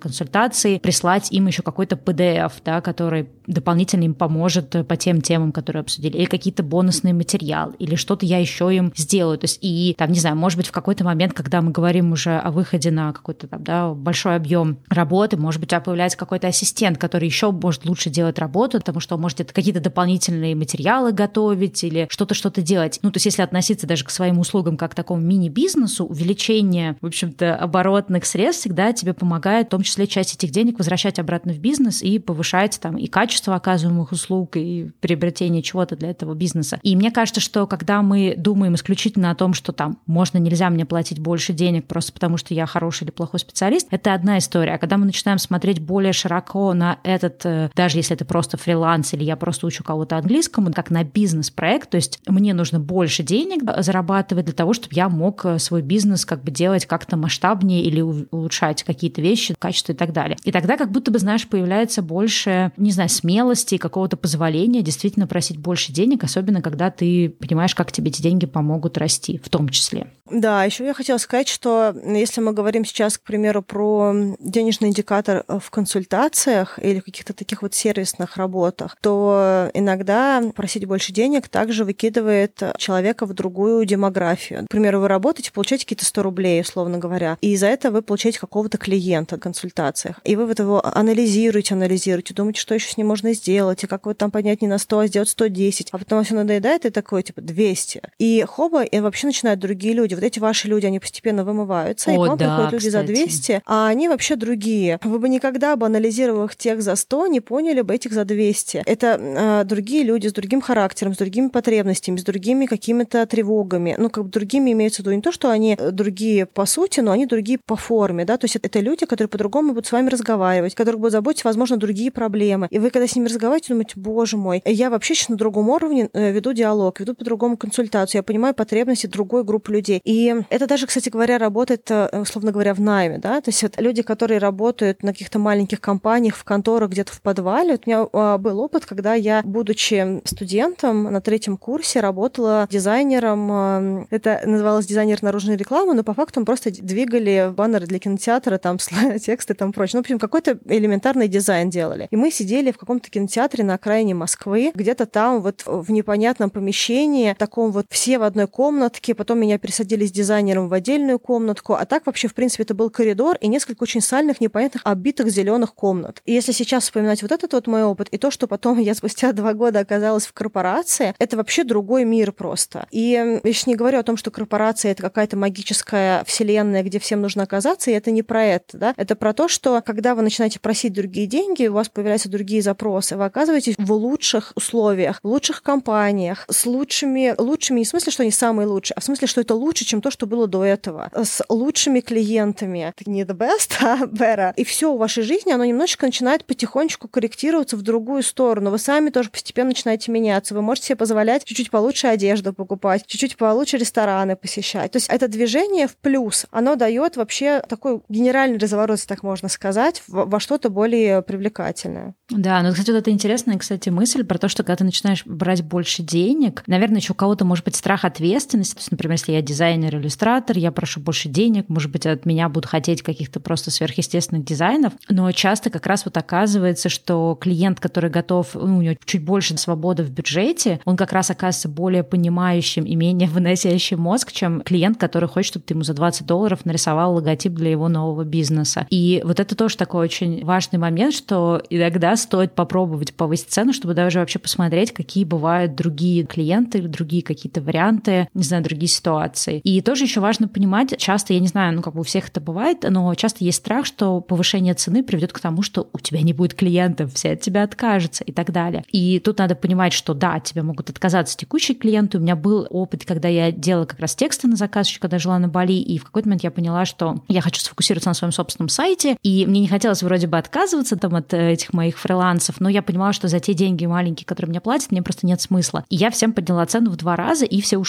Speaker 1: консультации, прислать им еще какой-то PDF, да, который дополнительно им поможет по тем темам, которые обсудили, или какие-то бонусные материалы, или что-то я еще им сделаю. То есть и там, не знаю, может быть, в какой-то момент, когда мы говорим уже о выходе на какой-то там, да, большой объем работы, может быть, у тебя появляется какой-то ассистент, который еще может лучше делать работу, потому что он может какие-то дополнительные материалы готовить или что-то делать. Ну, то есть если относиться даже к своим услугам как к такому мини-бизнесу, увеличение, в общем-то, оборотных средств всегда тебе помогает, в том числе часть этих денег возвращать обратно в бизнес и повышать там и качество оказываемых услуг, и приобретение чего-то для этого бизнеса. И мне кажется, что когда мы думаем исключительно о том, что там можно, нельзя мне платить больше денег просто потому, что я хороший или плохой специалист, это одна история. А когда мы начинаем смотреть более широко на этот, даже если это просто фриланс или я просто учу кого-то английскому, как на бизнес-проект, то есть мне нужно больше денег зарабатывать для того, чтобы я мог свой бизнес как бы делать как-то масштабнее или улучшать какие-то вещи, качество и так далее. И тогда как будто бы, знаешь, появляется больше, не знаю, смелости и какого-то позволения действительно просить больше денег, особенно когда ты понимаешь, как тебе эти деньги помогут расти, в том числе.
Speaker 2: Да, еще я хотела сказать, что если мы говорим сейчас, к примеру, про денежный индикатор в консультациях или в каких-то таких вот сервисных работах, то иногда просить больше денег также выкидывает человека в другую демографию. К примеру, вы работаете, получаете какие-то 100 рублей, условно говоря, и за это вы получаете какого-то клиента в консультациях. И вы вот его анализируете, думаете, что еще с ним можно сделать, и как вот там поднять не на 100, а сделать 110. А потом все надоедает, и такое, типа, 200. И хоба, и вообще начинают другие люди. Вот эти ваши люди, они постепенно вымываются, и к вам приходят люди за 200, а они вообще другие. Вы бы никогда бы, анализировав тех за 100, не поняли бы этих за 200. Это другие люди с другим характером, с другими потребностями, с другими какими-то тревогами. Ну, как бы другими имеется в виду не то, что они другие по сути, но они другие по форме, да, то есть это люди, которые по-другому будут с вами разговаривать, которых будут заботить, возможно, другие проблемы. И вы, когда с ними разговариваете, думаете, боже мой, я вообще сейчас на другом уровне веду диалог, веду по-другому консультацию, я понимаю потребности другой группы людей. И это даже, кстати говоря, работает, условно говоря, в найме, да, то есть вот люди, которые работают на каких-то маленьких компаниях, в конторах, где-то в подвале. Вот у меня был опыт, когда я, будучи студентом, на 3-м курсе работала дизайнером, это называлось дизайнер наружной рекламы, но по факту мы просто двигали баннеры для кинотеатра, там тексты, там прочее. Ну, в общем, какой-то элементарный дизайн делали. И мы сидели в каком-то кинотеатре на окраине Москвы, где-то там вот в непонятном помещении, таком вот все в одной комнатке, потом меня пересадили с дизайнером в отдельную комнатку, а так вообще, в принципе, это был коридор и несколько очень сальных, непонятных, оббитых зеленых комнат. И если сейчас вспоминать вот этот вот мой опыт, и то, что потом я спустя 2 года оказалась в корпорации, это вообще другой мир просто. И я сейчас не говорю о том, что корпорация — это какая-то магическая вселенная, где всем нужно оказаться, и это не про это, да? Это про то, что когда вы начинаете просить другие деньги, у вас появляются другие запросы, вы оказываетесь в лучших условиях, в лучших компаниях, с лучшими не в смысле, что они самые лучшие, а в смысле, что это лучше, чем то, что было до этого, с лучшими клиентами. Это не the best, а better. И все в вашей жизни, оно немножечко начинает потихонечку корректироваться в другую сторону. Вы сами тоже постепенно начинаете меняться. Вы можете себе позволять чуть-чуть получше одежду покупать, чуть-чуть получше рестораны посещать. То есть это движение в плюс. Оно дает вообще такой генеральный разворот, если так можно сказать, во что-то более привлекательное.
Speaker 1: Да, ну, кстати, вот это интересная, мысль про то, что когда ты начинаешь брать больше денег, наверное, еще у кого-то может быть страх ответственности. То есть, например, если я дизайнер, иллюстратор, я прошу больше денег, может быть, от меня будут хотеть каких-то просто сверхъестественных дизайнов, но часто как раз вот оказывается, что клиент, который готов, у него чуть больше свободы в бюджете, он как раз оказывается более понимающим и менее выносящим мозг, чем клиент, который хочет, чтобы ты ему за $20 нарисовал логотип для его нового бизнеса. И вот это тоже такой очень важный момент, что иногда стоит попробовать повысить цену, чтобы даже вообще посмотреть, какие бывают другие клиенты или другие какие-то варианты, не знаю, другие ситуации. И тоже еще важно понимать, часто, я не знаю, ну как бы у всех это бывает, но часто есть страх, что повышение цены приведет к тому, что у тебя не будет клиентов, все от тебя откажутся и так далее. И тут надо понимать, что да, от тебя могут отказаться текущие клиенты. У меня был опыт, когда я делала как раз тексты на заказ, еще когда жила на Бали, и в какой-то момент я поняла, что я хочу сфокусироваться на своем собственном сайте, и мне не хотелось вроде бы отказываться там от этих моих фрилансов, но я понимала, что за те деньги маленькие, которые мне платят, мне просто нет смысла. И я всем подняла цену в 2 раза, и все ушли.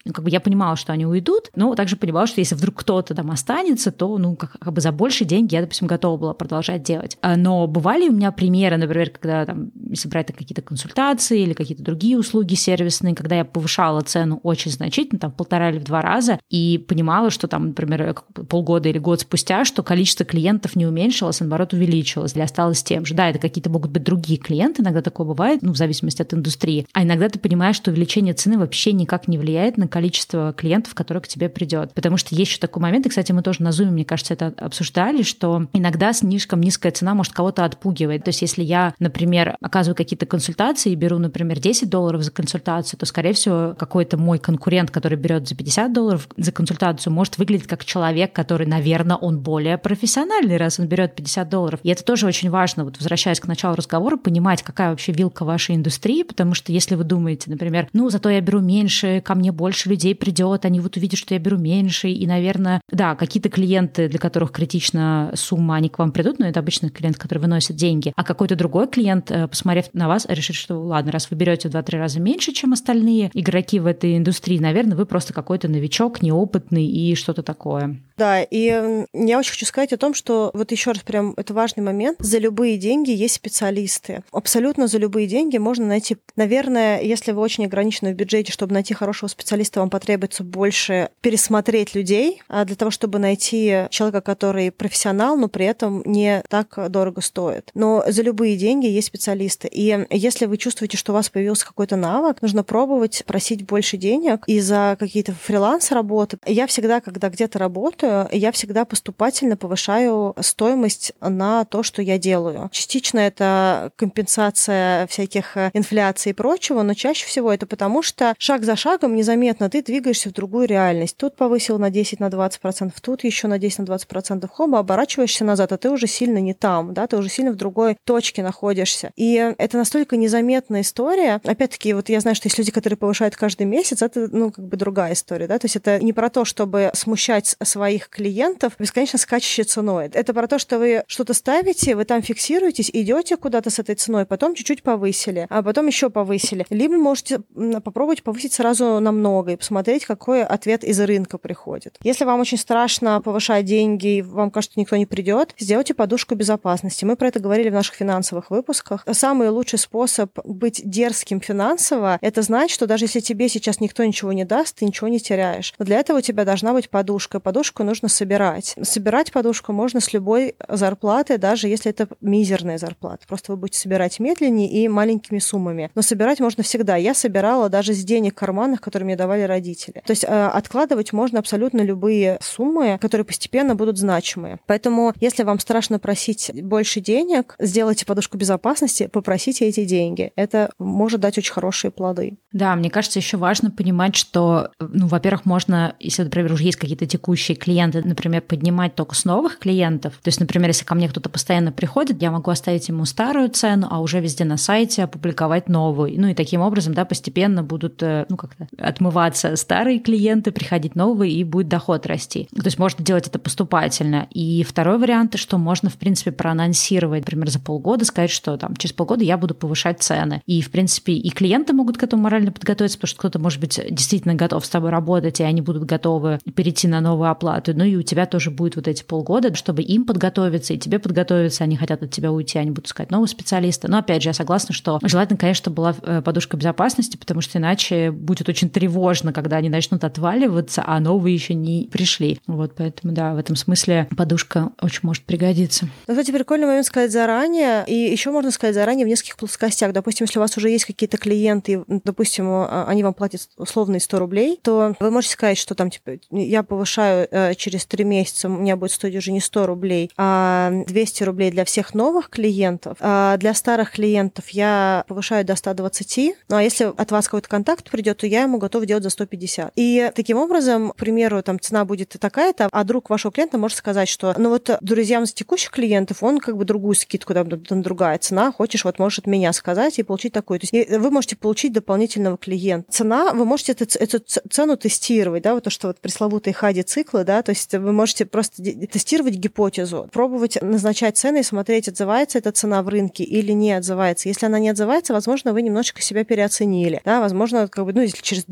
Speaker 1: я понимала, что они уйдут, но также понимала, что если вдруг кто-то там останется, то, как бы за большие деньги я, допустим, готова была продолжать делать. Но бывали у меня примеры, например, когда там, если брать какие-то консультации или какие-то другие услуги сервисные, когда я повышала цену очень значительно, там, в 1,5 или в 2 раза, и понимала, что там, например, полгода или год спустя, что количество клиентов не уменьшилось, а наоборот увеличилось или осталось тем же. Да, это какие-то могут быть другие клиенты, иногда такое бывает, в зависимости от индустрии. А иногда ты понимаешь, что увеличение цены вообще никак не влияет на количество клиентов, которые к тебе придет. Потому что есть еще такой момент, и, кстати, мы тоже на Zoom, мне кажется, это обсуждали, что иногда слишком низкая цена может кого-то отпугивать. То есть если я, например, оказываю какие-то консультации и беру, например, $10 за консультацию, то, скорее всего, какой-то мой конкурент, который берет за $50 за консультацию, может выглядеть как человек, который, наверное, он более профессиональный, раз он берет $50. И это тоже очень важно, вот возвращаясь к началу разговора, понимать, какая вообще вилка вашей индустрии, потому что если вы думаете, например, зато я беру меньше, ко мне больше людей придет, они вот увидят, что я беру меньше, и, наверное, да, какие-то клиенты, для которых критична сумма, они к вам придут, но это обычно клиент, который выносит деньги, а какой-то другой клиент, посмотрев на вас, решит, что ладно, раз вы берете в 2-3 раза меньше, чем остальные игроки в этой индустрии, наверное, вы просто какой-то новичок, неопытный и что-то такое.
Speaker 2: Да, и я очень хочу сказать о том, что вот еще раз прям это важный момент. За любые деньги есть специалисты. Абсолютно за любые деньги можно найти. Наверное, если вы очень ограничены в бюджете, чтобы найти хорошего специалиста, вам потребуется больше пересмотреть людей, для того, чтобы найти человека, который профессионал, но при этом не так дорого стоит. Но за любые деньги есть специалисты. И если вы чувствуете, что у вас появился какой-то навык, нужно пробовать просить больше денег и за какие-то фриланс-работы. Я всегда, когда где-то работаю, я всегда поступательно повышаю стоимость на то, что я делаю. Частично это компенсация всяких инфляций и прочего, но чаще всего это потому, что шаг за шагом незаметно ты двигаешься в другую реальность. Тут повысил на 10-20%, тут еще на 10-20%, хоба, оборачиваешься назад, а ты уже сильно не там, да, ты уже сильно в другой точке находишься. И это настолько незаметная история. Опять-таки, вот я знаю, что есть люди, которые повышают каждый месяц, это, другая история, да, то есть это не про то, чтобы смущать своих клиентов бесконечно скачущей ценой. Это про то, что вы что-то ставите, вы там фиксируетесь, идете куда-то с этой ценой, потом чуть-чуть повысили, а потом еще повысили. Либо можете попробовать повысить сразу намного и посмотреть, какой ответ из рынка приходит. Если вам очень страшно повышать деньги, и вам кажется, что никто не придет, сделайте подушку безопасности. Мы про это говорили в наших финансовых выпусках. Самый лучший способ быть дерзким финансово — это знать, что даже если тебе сейчас никто ничего не даст, ты ничего не теряешь. Но для этого у тебя должна быть подушка. Подушку нужно собирать. Собирать подушку можно с любой зарплаты, даже если это мизерная зарплата. Просто вы будете собирать медленнее и маленькими суммами. Но собирать можно всегда. Я собирала даже с денег карманных, которые мне давали родители. То есть откладывать можно абсолютно любые суммы, которые постепенно будут значимые. Поэтому, если вам страшно просить больше денег, сделайте подушку безопасности, попросите эти деньги. Это может дать очень хорошие плоды.
Speaker 1: Да, мне кажется, еще важно понимать, что, во-первых, можно, если, например, уже есть какие-то текущие клиенты, например, поднимать только с новых клиентов. То есть, например, если ко мне кто-то постоянно приходит, я могу оставить ему старую цену, а уже везде на сайте опубликовать новую. И таким образом, да, постепенно будут, как-то отмываться старые клиенты, приходить новые, и будет доход расти. То есть можно делать это поступательно. И второй вариант, что можно, в принципе, проанонсировать, например, за полгода, сказать, что там через полгода я буду повышать цены. И, в принципе, и клиенты могут к этому морально подготовиться, потому что кто-то, может быть, действительно готов с тобой работать, и они будут готовы перейти на новую оплату. И у тебя тоже будет вот эти полгода, чтобы им подготовиться, и тебе подготовиться. Они хотят от тебя уйти, они будут искать нового специалиста. Но, опять же, я согласна, что желательно, конечно, чтобы была подушка безопасности, потому что иначе будет очень тревожно, когда они начнут отваливаться, а новые еще не пришли. Вот поэтому, да, в этом смысле подушка очень может пригодиться.
Speaker 2: Кстати, прикольный момент сказать заранее, и еще можно сказать заранее в нескольких плоскостях. Допустим, если у вас уже есть какие-то клиенты, допустим, они вам платят условные 100 рублей, то вы можете сказать, что там, я повышаю через 3 месяца, у меня будет стоить уже не 100 рублей, а 200 рублей для всех новых клиентов. А для старых клиентов я повышаю до 120, ну а если от вас какой-то контакт придет, то я ему готов делать за 150. И таким образом, к примеру, там цена будет такая-то, а друг вашего клиента может сказать, что друзьям с текущих клиентов он другую скидку, там другая цена, хочешь, можешь от меня сказать и получить такую. То есть вы можете получить дополнительного клиента. Цена, вы можете эту цену тестировать, да, то, что пресловутые хади-циклы, да, то есть вы можете просто тестировать гипотезу, пробовать назначать цены и смотреть, отзывается эта цена в рынке или не отзывается. Если она не отзывается, возможно, вы немножечко себя переоценили, да, возможно, если через долго не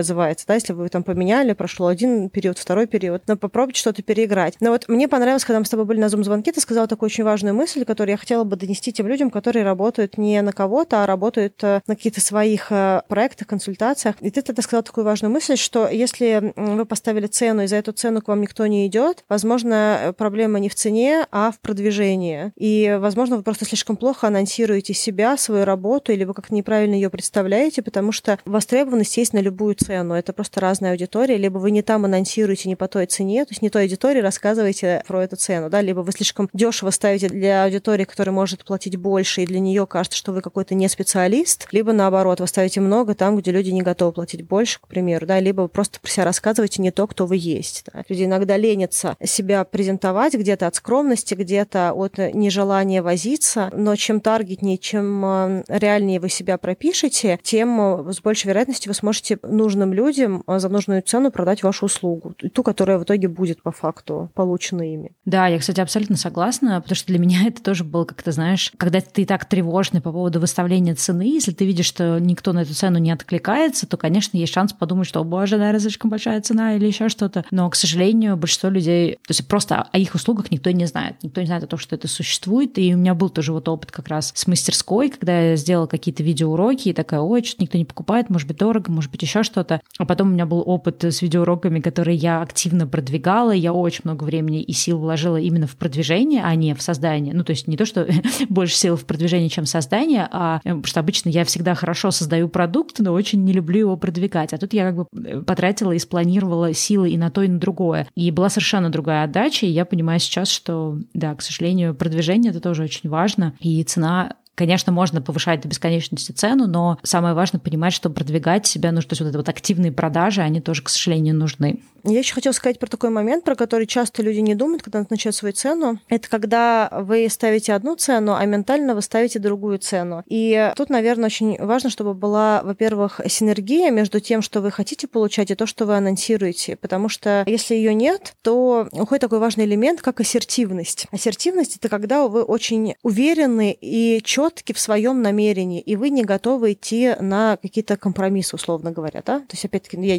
Speaker 2: отзывается, да, если вы там поменяли, прошел один период, второй период, но попробуйте что-то переиграть. Но вот мне понравилось, когда мы с тобой были на Zoom-звонке, ты сказала такую очень важную мысль, которую я хотела бы донести тем людям, которые работают не на кого-то, а работают на каких-то своих проектах, консультациях. И ты тогда сказала такую важную мысль, что если вы поставили цену, и за эту цену к вам никто не идет, возможно, проблема не в цене, а в продвижении. И, возможно, вы просто слишком плохо анонсируете себя, свою работу, или вы как-то неправильно ее представляете, потому что востребованность есть на любую цену. Это просто разная аудитория. Либо вы не там анонсируете, не по той цене, то есть не той аудитории рассказываете про эту цену, да, либо вы слишком дешево ставите для аудитории, которая может платить больше, и для нее кажется, что вы какой-то не специалист, либо наоборот, вы ставите много там, где люди не готовы платить больше, к примеру, да, либо вы просто про себя рассказываете не то, кто вы есть. Да. Люди иногда ленятся себя презентовать где-то от скромности, где-то от нежелания возиться, но чем таргетнее, чем реальнее вы себя пропишете, тем с большей вероятностью вы сможете нужным людям за нужную цену продать вашу услугу, ту, которая в итоге будет по факту получена ими.
Speaker 1: Да, я, кстати, абсолютно согласна, потому что для меня это тоже было, как ты знаешь, когда ты так тревожный по поводу выставления цены, если ты видишь, что никто на эту цену не откликается, то, конечно, есть шанс подумать, что, боже, наверное, слишком большая цена или еще что-то. Но, к сожалению, большинство людей, то есть просто о их услугах никто не знает. Никто не знает о том, что это существует. И у меня был тоже вот опыт как раз с мастерской, когда я сделала какие-то видеоуроки и такая, ой, что-то никто не покупает, может быть, дорого, может быть, еще что-то. А потом у меня был опыт с видеоуроками, которые я активно продвигала, я очень много времени и сил вложила именно в продвижение, а не в создание. Ну, то есть не то, что больше сил в продвижении, чем создание, а потому что обычно я всегда хорошо создаю продукт, но очень не люблю его продвигать. А тут я как бы потратила и спланировала силы и на то, и на другое. И была совершенно другая отдача, и я понимаю сейчас, что, да, к сожалению, продвижение — это тоже очень важно, и цена... Конечно, можно повышать до бесконечности цену, но самое важное понимать, что продвигать себя нужно. То есть вот это вот активные продажи, они тоже, к сожалению, нужны.
Speaker 2: Я еще хотела сказать про такой момент, про который часто люди не думают, когда назначают свою цену. Это когда вы ставите одну цену, а ментально вы ставите другую цену. И тут, наверное, очень важно, чтобы была, во-первых, синергия между тем, что вы хотите получать, и то, что вы анонсируете. Потому что если ее нет, то уходит такой важный элемент, как ассертивность. Ассертивность — это когда вы очень уверены и четки в своем намерении, и вы не готовы идти на какие-то компромиссы, условно говоря. Да? То есть, опять-таки, я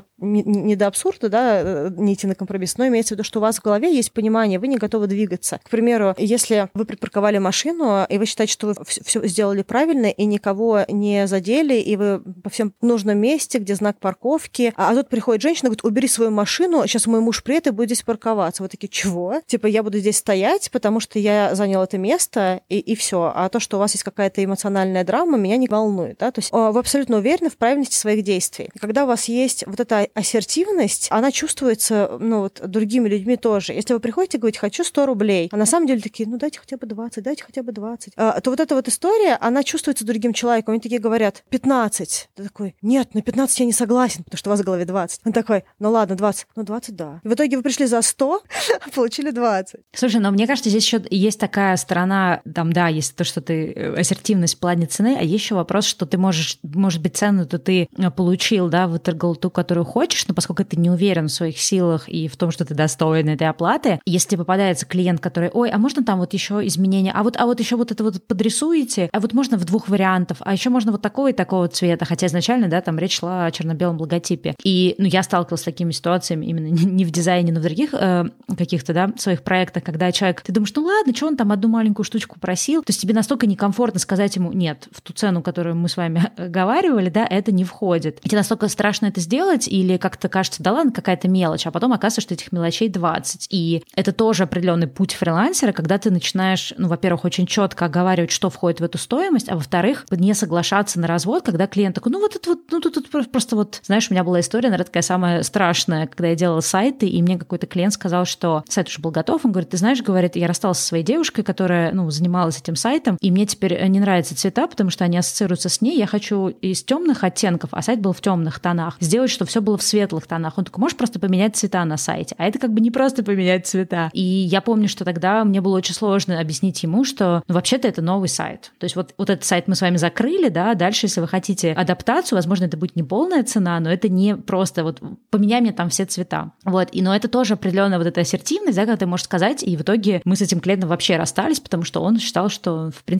Speaker 2: не до абсурда, да, не идти на компромисс, но имеется в виду, что у вас в голове есть понимание, вы не готовы двигаться. К примеру, если вы припарковали машину, и вы считаете, что вы все сделали правильно, и никого не задели, и вы по всем нужном месте, где знак парковки, а тут приходит женщина, говорит, убери свою машину, сейчас мой муж приедет и будет здесь парковаться. Вы такие, чего? Типа, я буду здесь стоять, потому что я занял это место, и все. А то, что у вас есть какая-то эмоциональная драма, меня не волнует. Да? То есть вы абсолютно уверены в правильности своих действий. И когда у вас есть вот эта ассертивность, она чувствуется, ну, вот, другими людьми тоже. Если вы приходите и говорите, хочу 100 рублей, а на самом деле такие, ну, дайте хотя бы 20, дайте хотя бы 20, то вот эта вот история, она чувствуется другим человеком. Они такие говорят, 15. Ты такой, нет, на 15 я не согласен, потому что у вас в голове 20. Он такой, ну, ладно, 20. Ну, 20, да. И в итоге вы пришли за 100, а получили 20.
Speaker 1: Слушай, но мне кажется, здесь еще есть такая сторона, там, да, есть то, что ты ассертивность в плане цены, а есть еще вопрос, что ты можешь, может быть, цену то ты получил, да, выторговал ту, которую хочешь, но поскольку ты не уверен в своих силах и в том, что ты достоин этой оплаты, если попадается клиент, который, ой, а можно там вот еще изменения, а вот еще вот это вот подрисуете, а вот можно в 2 вариантов, а еще можно вот такого и такого цвета, хотя изначально, да, там речь шла о черно-белом логотипе. И, ну, я сталкивалась с такими ситуациями именно не в дизайне, но в других каких-то, да, своих проектах, когда человек, ты думаешь, ну ладно, что он там одну маленькую штучку просил, то есть тебе настолько некомфортно сказать ему, нет, в ту цену, которую мы с вами оговаривали, да, это не входит. И тебе настолько страшно это сделать, или как-то кажется, да ладно, какая-то мелочь, а потом оказывается, что этих мелочей 20. И это тоже определенный путь фрилансера, когда ты начинаешь, ну, во-первых, очень четко оговаривать, что входит в эту стоимость, а во-вторых, не соглашаться на развод, когда клиент такой, ну, вот это вот, ну, тут просто вот, знаешь, у меня была история, наверное, такая самая страшная, когда я делала сайты, и мне какой-то клиент сказал, что сайт уже был готов, он говорит, ты знаешь, говорит, я расстался со своей девушкой, которая, ну, занималась этим сайтом, и мне теперь не нравятся цвета, потому что они ассоциируются с ней, я хочу из темных оттенков, а сайт был в темных тонах, сделать, чтобы все было в светлых тонах. Он такой, можешь просто поменять цвета на сайте? А это как бы не просто поменять цвета. И я помню, что тогда мне было очень сложно объяснить ему, что, ну, вообще-то это новый сайт. То есть вот этот сайт мы с вами закрыли, да, дальше, если вы хотите адаптацию, возможно, это будет не полная цена, но это не просто вот поменяй мне там все цвета. Вот, но это тоже определенная вот эта ассертивность, да, когда ты можешь сказать, и в итоге мы с этим клиентом вообще расстались, потому что он считал, что, в принципе,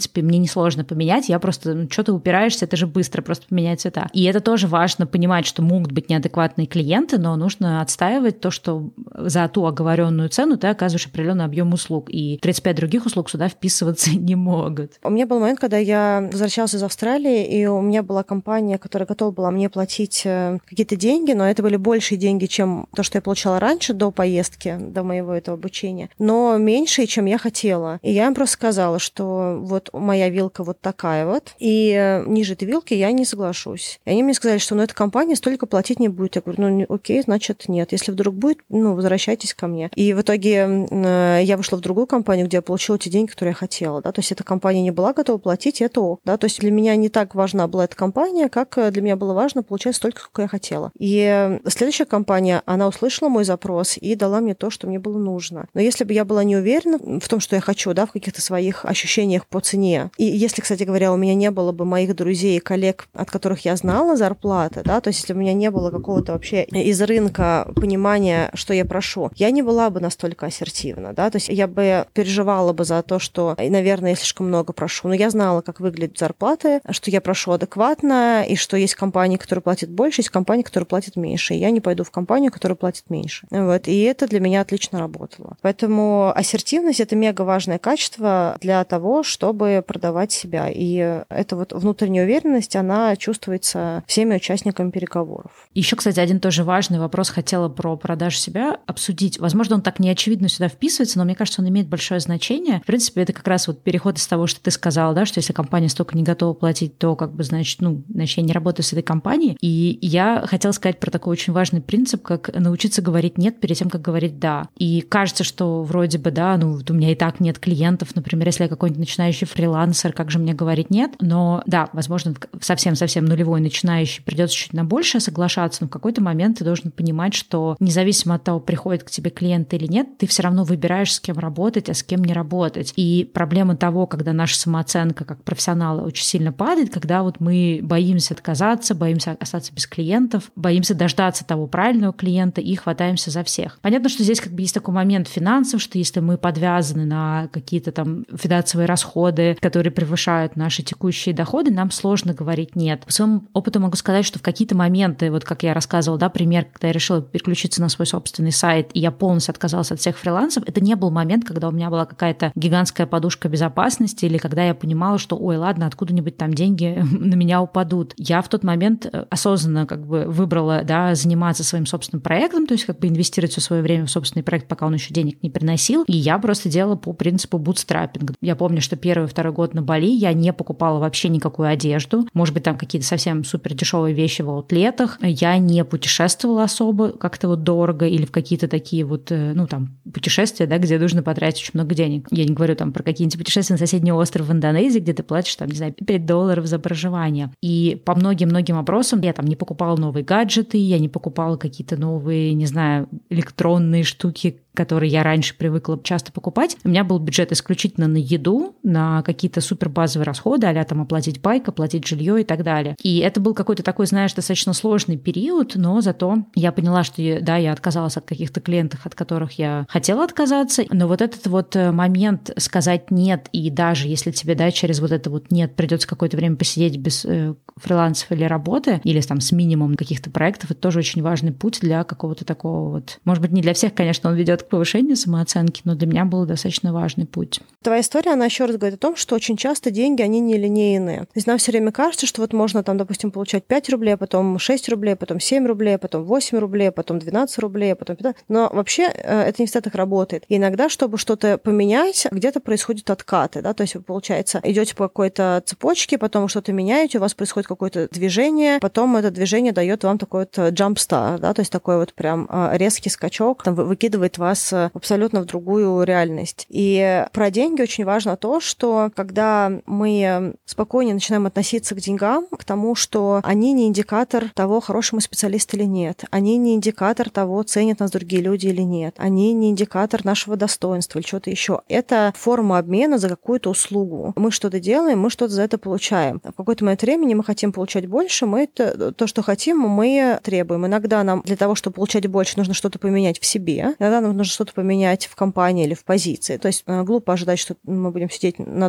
Speaker 1: принципе, мне несложно поменять, я просто, что ты упираешься, это же быстро просто поменять цвета. И это тоже важно понимать, что могут быть неадекватные клиенты, но нужно отстаивать то, что за ту оговоренную цену ты оказываешь определенный объем услуг, и 35 других услуг сюда вписываться не могут.
Speaker 2: У меня был момент, когда я возвращалась из Австралии, и у меня была компания, которая готова была мне платить какие-то деньги, но это были большие деньги, чем то, что я получала раньше, до поездки, до моего этого обучения, но меньше, чем я хотела. И я им просто сказала, что вот моя вилка вот такая вот, и ниже этой вилки я не соглашусь. И они мне сказали, что эта компания столько платить не будет. Я говорю, окей, значит, нет. Если вдруг будет, возвращайтесь ко мне. И в итоге я вышла в другую компанию, где я получила те деньги, которые я хотела. Да? То есть эта компания не была готова платить, и это ок. Да? То есть для меня не так важна была эта компания, как для меня было важно получать столько, сколько я хотела. И следующая компания, она услышала мой запрос и дала мне то, что мне было нужно. Но если бы я была не уверена в том, что я хочу, да, в каких-то своих ощущениях по цене, и если, кстати говоря, у меня не было бы моих друзей и коллег, от которых я знала зарплаты, да, то есть если у меня не было какого-то вообще из рынка понимания, что я прошу, я не была бы настолько ассертивна, да, то есть я бы переживала бы за то, что, наверное, я слишком много прошу, но я знала, как выглядят зарплаты, что я прошу адекватно, и что есть компании, которые платят больше, есть компании, которые платят меньше, и я не пойду в компанию, которая платит меньше. Вот, и это для меня отлично работало. Поэтому ассертивность — это мега важное качество для того, чтобы продавать себя, и эта вот внутренняя уверенность, она чувствуется всеми участниками переговоров.
Speaker 1: Еще, кстати, один тоже важный вопрос хотела про продажу себя обсудить. Возможно, он так не очевидно сюда вписывается, но мне кажется, он имеет большое значение. В принципе, это как раз вот переход из того, что ты сказала, да, что если компания столько не готова платить, то значит, я не работаю с этой компанией. И я хотела сказать про такой очень важный принцип, как научиться говорить «нет» перед тем, как говорить «да». И кажется, что вроде бы, да, у меня и так нет клиентов, например, если я какой-нибудь начинающий фрилансер, как же мне говорить «нет»? Но да, возможно, совсем-совсем нулевой начинающий придется чуть на большее соглашаться, но в какой-то момент ты должен понимать, что независимо от того, приходит к тебе клиент или нет, ты все равно выбираешь, с кем работать, а с кем не работать. И проблема того, когда наша самооценка как профессионала очень сильно падает, когда вот мы боимся отказаться, боимся остаться без клиентов, боимся дождаться того правильного клиента и хватаемся за всех. Понятно, что здесь есть такой момент финансов, что если мы подвязаны на какие-то там финансовые расходы, которые превышают наши текущие доходы, нам сложно говорить «нет». По своему опыту могу сказать, что в какие-то моменты, вот как я рассказывала, да, пример, когда я решила переключиться на свой собственный сайт, и я полностью отказалась от всех фрилансов, это не был момент, когда у меня была какая-то гигантская подушка безопасности или когда я понимала, что, ой, ладно, откуда-нибудь там деньги на меня упадут. Я в тот момент осознанно выбрала, да, заниматься своим собственным проектом, то есть инвестировать все свое время в собственный проект, пока он еще денег не приносил. И я просто делала по принципу бутстраппинга. Я помню, что первый и второй год на Бали я не покупала вообще никакую одежду. Может быть, там какие-то совсем супер дешевые вещи в аутлетах. Я не путешествовала особо как-то дорого или в какие-то такие путешествия, да, где нужно потратить очень много денег. Я не говорю там про какие-нибудь путешествия на соседний остров в Индонезии, где ты платишь там, не знаю, $5 за проживание. И по многим-многим вопросам я там не покупала новые гаджеты, я не покупала какие-то новые, не знаю, электронные штуки, которые я раньше привыкла часто покупать. У меня был бюджет исключительно на еду, на какие-то супербазовые расходы, а-ля там оплатить байк, оплатить жилье и так далее. И это был какой-то такой, знаешь, достаточно сложный период, но зато я поняла, что да, я отказалась от каких-то клиентов, от которых я хотела отказаться, но вот этот вот момент сказать «нет», и даже если тебе, да, через вот это вот «нет» придется какое-то время посидеть без фрилансов или работы, или там с минимумом каких-то проектов, это тоже очень важный путь для какого-то такого вот... Может быть, не для всех, конечно, он ведет к повышению самооценки, но для меня был достаточно важный путь.
Speaker 2: Твоя история, она еще раз говорит о том, что очень часто деньги, они нелинейные. То есть нам все время кажется, что вот можно там, допустим, получать 5 рублей, потом 6 рублей, потом 7 рублей, потом 8 рублей, потом 12 рублей, потом 15. Но вообще это не всегда так работает. И иногда, чтобы что-то поменять, где-то происходят откаты, да, то есть вы, получается, идете по какой-то цепочке, потом что-то меняете, у вас происходит какое-то движение, потом это движение дает вам такой вот jump start, да, то есть такой вот прям резкий скачок, там выкидывает вас абсолютно в другую реальность. И про деньги очень важно то, что когда мы спокойнее начинаем относиться к деньгам, к тому, что они не индикатор того, хороший мы специалист или нет, они не индикатор того, ценят нас другие люди или нет, они не индикатор нашего достоинства или чего-то еще. Это форма обмена за какую-то услугу. Мы что-то делаем, мы что-то за это получаем. В какой-то момент времени мы хотим получать больше, мы то, что хотим, мы требуем. Иногда нам для того, чтобы получать больше, нужно что-то поменять в себе, иногда нам нужно что-то поменять в компании или в позиции. То есть глупо ожидать, что мы будем сидеть на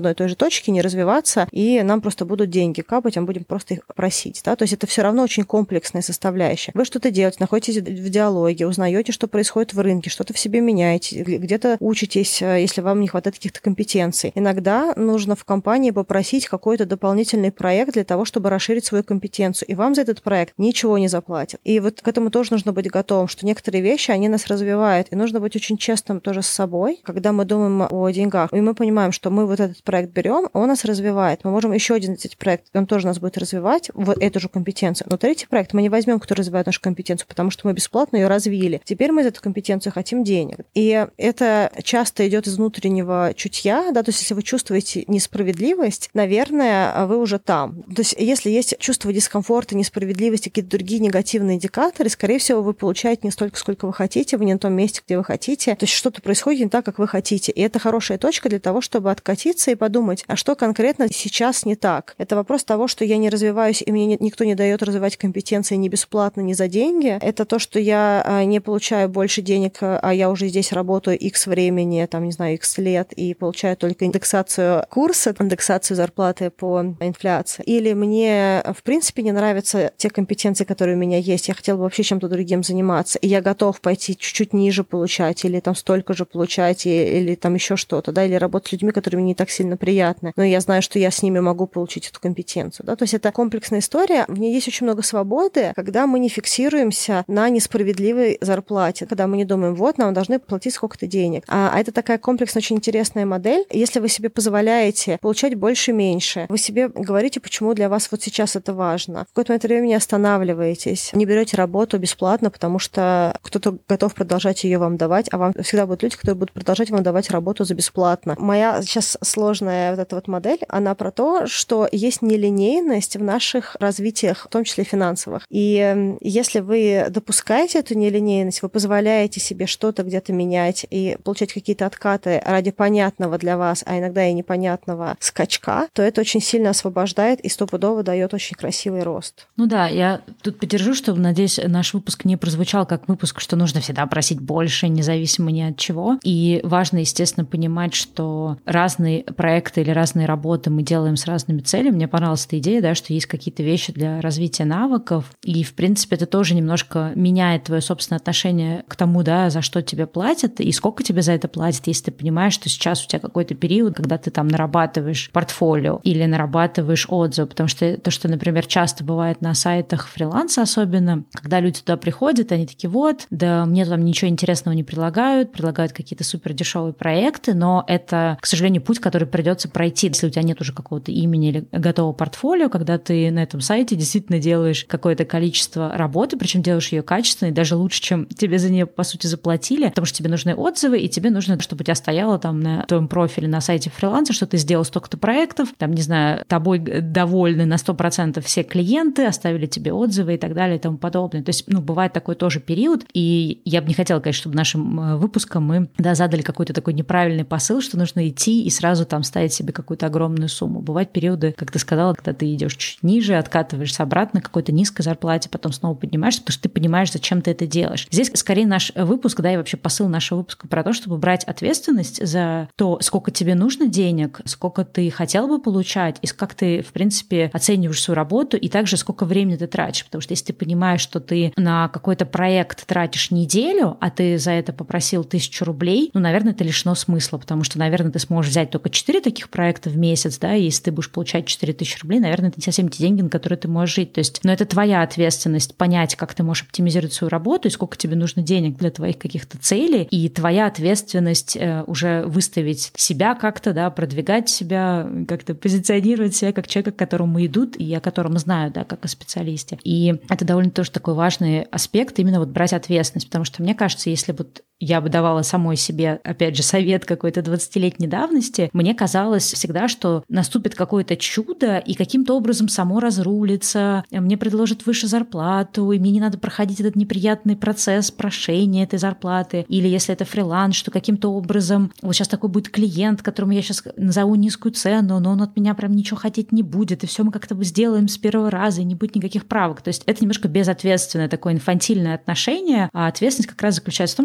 Speaker 2: одной и той же точке, не развиваться, и нам просто будут деньги капать, а мы будем просто их просить. Да? То есть это все равно очень комплексная составляющая. Вы что-то делаете, находитесь в диалоге, узнаете, что происходит в рынке, что-то в себе меняете, где-то учитесь, если вам не хватает каких-то компетенций. Иногда нужно в компании попросить какой-то дополнительный проект для того, чтобы расширить свою компетенцию, и вам за этот проект ничего не заплатят. И вот к этому тоже нужно быть готовым, что некоторые вещи, они нас развивают, и нужно быть очень честным тоже с собой, когда мы думаем о деньгах, и мы понимаем, что мы вот этот проект берем, он нас развивает. Мы можем еще один взять проект, он тоже нас будет развивать, вот эту же компетенцию. Но третий проект мы не возьмем, который развивает нашу компетенцию, потому что мы бесплатно ее развили. Теперь мы за эту компетенцию хотим денег. И это часто идет из внутреннего чутья, да, то есть если вы чувствуете несправедливость, наверное, вы уже там. То есть если есть чувство дискомфорта, несправедливости, какие-то другие негативные индикаторы, скорее всего, вы получаете не столько, сколько вы хотите, вы не на том месте, где вы хотите. То есть что-то происходит не так, как вы хотите. И это хорошая точка для того, чтобы откатиться и подумать, а что конкретно сейчас не так. Это вопрос того, что я не развиваюсь, и мне никто не дает развивать компетенции ни бесплатно, ни за деньги. Это то, что я не получаю больше денег, а я уже здесь работаю X времени, там, не знаю, X лет, и получаю только индексацию курса, индексацию зарплаты по инфляции. Или мне, в принципе, не нравятся те компетенции, которые у меня есть. Я хотела бы вообще чем-то другим заниматься. И я готов пойти чуть-чуть ниже получать, или там столько же получать, или там еще что-то, да, или работать с людьми, которые мне не так сильно приятны. Но я знаю, что я с ними могу получить эту компетенцию. Да? То есть это комплексная история. В ней есть очень много свободы, когда мы не фиксируемся на несправедливой зарплате, когда мы не думаем, вот, нам должны платить сколько-то денег. А это такая комплексная, очень интересная модель. Если вы себе позволяете получать больше-меньше, вы себе говорите, почему для вас вот сейчас это важно. В какой-то момент времени останавливаетесь, не берете работу бесплатно, потому что кто-то готов продолжать ее вам давать, а вам всегда будут люди, которые будут продолжать вам давать работу за бесплатно. Моя сейчас сложная вот эта вот модель, она про то, что есть нелинейность в наших развитиях, в том числе финансовых. И если вы допускаете эту нелинейность, вы позволяете себе что-то где-то менять и получать какие-то откаты ради понятного для вас, а иногда и непонятного скачка, то это очень сильно освобождает и стопудово дает очень красивый рост.
Speaker 1: Ну да, я тут поддержу, что, надеюсь, наш выпуск не прозвучал как выпуск, что нужно всегда просить больше, независимо ни от чего. И важно, естественно, понимать, что разные проекты или разные работы мы делаем с разными целями. Мне понравилась эта идея, да, что есть какие-то вещи для развития навыков. И, в принципе, это тоже немножко меняет твое собственное отношение к тому, да, за что тебе платят и сколько тебе за это платят. Если ты понимаешь, что сейчас у тебя какой-то период, когда ты там нарабатываешь портфолио или нарабатываешь отзывы, потому что то, что, например, часто бывает на сайтах фриланса особенно, когда люди туда приходят, они такие, вот, да мне там ничего интересного не предлагают какие-то супер дешевые проекты, но это, к сожалению, путь, который придется пройти, если у тебя нет уже какого-то имени или готового портфолио, когда ты на этом сайте действительно делаешь какое-то количество работы, причем делаешь ее качественно и даже лучше, чем тебе за нее, по сути, заплатили, потому что тебе нужны отзывы, и тебе нужно, чтобы у тебя стояло там на твоем профиле на сайте фриланса, что ты сделал столько-то проектов, там, не знаю, тобой довольны на 100% все клиенты, оставили тебе отзывы и так далее и тому подобное. То есть, бывает такой тоже период, и я бы не хотела, конечно, чтобы нашим выпуском мы задали какой-то такой неправильный посыл, что нужно идти и сразу там ставить себе какую-то огромную сумму. Бывают периоды, как ты сказала, когда ты идешь чуть ниже, откатываешься обратно к какой-то низкой зарплате, потом снова поднимаешься, потому что ты понимаешь, зачем ты это делаешь. Здесь скорее наш выпуск, да, и вообще посыл нашего выпуска про то, чтобы брать ответственность за то, сколько тебе нужно денег, сколько ты хотел бы получать, и как ты, в принципе, оцениваешь свою работу, и также сколько времени ты тратишь. Потому что если ты понимаешь, что ты на какой-то проект тратишь неделю, а ты за это попросил 1000 рублей, наверное, это лишено смысла, потому что, наверное, ты сможешь взять только 4 таких проекта в месяц, да, и если ты будешь получать 4000 рублей, наверное, это не совсем те деньги, на которые ты можешь жить. То есть, но это твоя ответственность понять, как ты можешь оптимизировать свою работу и сколько тебе нужно денег для твоих каких-то целей, и твоя ответственность уже выставить себя как-то, да, продвигать себя, как-то позиционировать себя как человека, к которому идут и о котором знают, да, как о специалисте. И это довольно тоже такой важный аспект, именно вот брать ответственность, потому что мне кажется, если вот я бы давала самой себе, опять же, совет какой-то 20-летней давности, мне казалось всегда, что наступит какое-то чудо и каким-то образом само разрулится, мне предложат выше зарплату, и мне не надо проходить этот неприятный процесс прошения этой зарплаты. Или если это фриланс, что каким-то образом вот сейчас такой будет клиент, которому я сейчас назову низкую цену, но он от меня прям ничего хотеть не будет, и все мы как-то сделаем с первого раза, и не будет никаких правок. То есть это немножко безответственное такое инфантильное отношение, а ответственность как раз заключается в том, что ты понимаешь,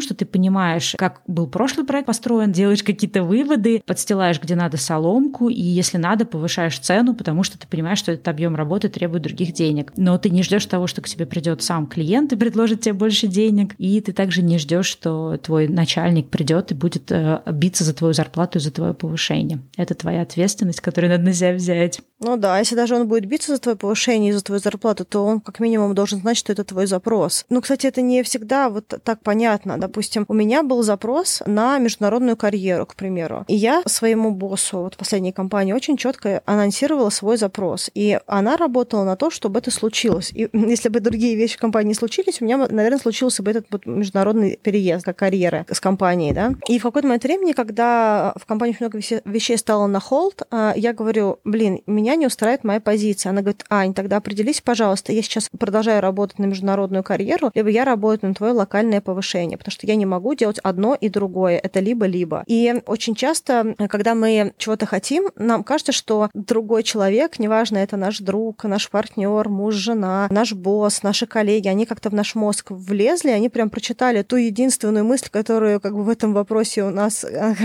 Speaker 1: понимаешь, как был прошлый проект построен, делаешь какие-то выводы, подстилаешь, где надо, соломку, и если надо, повышаешь цену, потому что ты понимаешь, что этот объем работы требует других денег. Но ты не ждешь того, что к тебе придет сам клиент и предложит тебе больше денег, и ты также не ждешь, что твой начальник придет и будет биться за твою зарплату и за твое повышение. Это твоя ответственность, которую надо на себя взять.
Speaker 2: Ну да, если даже он будет биться за твое повышение и за твою зарплату, то он как минимум должен знать, что это твой запрос. Ну, кстати, это не всегда вот так понятно. Допустим, у меня был запрос на международную карьеру, к примеру. И я своему боссу вот в последней компании очень четко анонсировала свой запрос. И она работала на то, чтобы это случилось. И если бы другие вещи в компании случились, у меня, наверное, случился бы этот вот международный переезд, как карьера с компанией, да. И в какой-то момент времени, когда в компании много вещей стало на холд, я говорю, меня не устраивает моя позиция. Она говорит, Ань, тогда определись, пожалуйста, я сейчас продолжаю работать на международную карьеру, либо я работаю на твое локальное повышение, потому что я не могу делать одно и другое. Это либо-либо. И очень часто, когда мы чего-то хотим, нам кажется, что другой человек, неважно, это наш друг, наш партнер, муж, жена, наш босс, наши коллеги, они как-то в наш мозг влезли, они прям прочитали ту единственную мысль, которую как бы в этом вопросе у нас,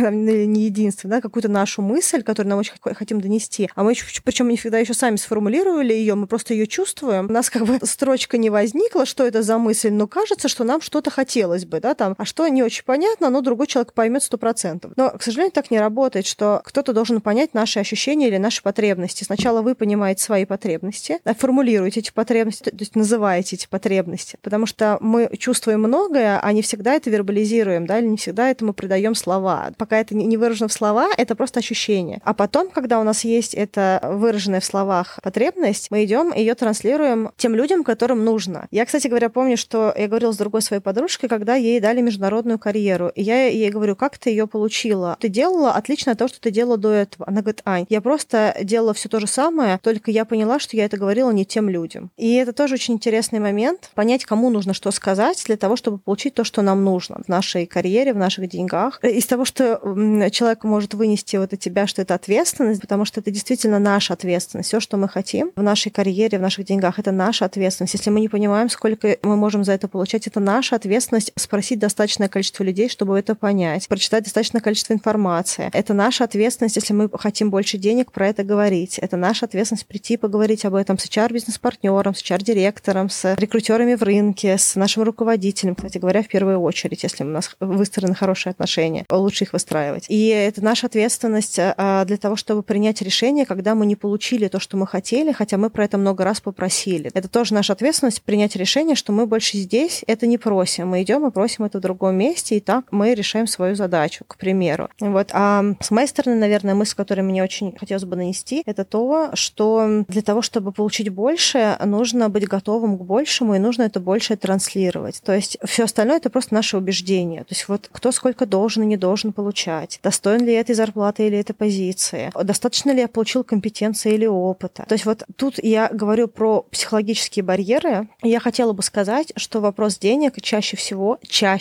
Speaker 2: не единственная, да, какую-то нашу мысль, которую нам очень хотим донести. А мы причем не всегда еще сами сформулировали ее, мы просто ее чувствуем. У нас как бы строчка не возникла, что это за мысль, но кажется, что нам что-то хотелось бы, да, там, а что не очень понятно, но другой человек поймет 100%. Но, к сожалению, так не работает, что кто-то должен понять наши ощущения или наши потребности. Сначала вы понимаете свои потребности, формулируете эти потребности, то есть называете эти потребности, потому что мы чувствуем многое, а не всегда это вербализируем, да, или не всегда этому придаем слова. Пока это не выражено в слова, это просто ощущение. А потом, когда у нас есть это выраженная в словах потребность, мы идем и ее транслируем тем людям, которым нужно. Я, кстати говоря, помню, что я говорила с другой своей подружкой, когда ей дали международную карьеру. И я ей говорю, как ты ее получила? Ты делала отлично от того, что ты делала до этого. Она говорит, Ань, я просто делала все то же самое, только я поняла, что я это говорила не тем людям. И это тоже очень интересный момент, понять, кому нужно что сказать для того, чтобы получить то, что нам нужно в нашей карьере, в наших деньгах. Из того, что человек может вынести вот от тебя, что это ответственность, потому что это действительно наша ответственность. Все, что мы хотим в нашей карьере, в наших деньгах, это наша ответственность. Если мы не понимаем, сколько мы можем за это получать, это наша ответственность спросить достаточное количество людей, чтобы это понять, прочитать достаточное количество информации. Это наша ответственность, если мы хотим больше денег, про это говорить. Это наша ответственность прийти поговорить об этом с HR-бизнес-партнером, с HR-директором, с рекрутерами в рынке, с нашим руководителем, кстати говоря, в первую очередь, если у нас выстроены хорошие отношения, лучше их выстраивать. И это наша ответственность для того, чтобы принять решение, когда мы не получили то, что мы хотели, хотя мы про это много раз попросили. Это тоже наша ответственность принять решение, что мы больше здесь это не просим. Мы идем и просим это в другом месте, и так мы решаем свою задачу, к примеру. Вот. А с моей стороны, наверное, мысль, которую мне очень хотелось бы нанести, это то, что для того, чтобы получить больше, нужно быть готовым к большему, и нужно это больше транслировать. То есть все остальное — это просто наше убеждение. То есть вот кто сколько должен и не должен получать, достоин ли этой зарплаты или этой позиции, достаточно ли я получил компетенции или опыта. То есть вот тут я говорю про психологические барьеры. Я хотела бы сказать, что вопрос денег чаще всего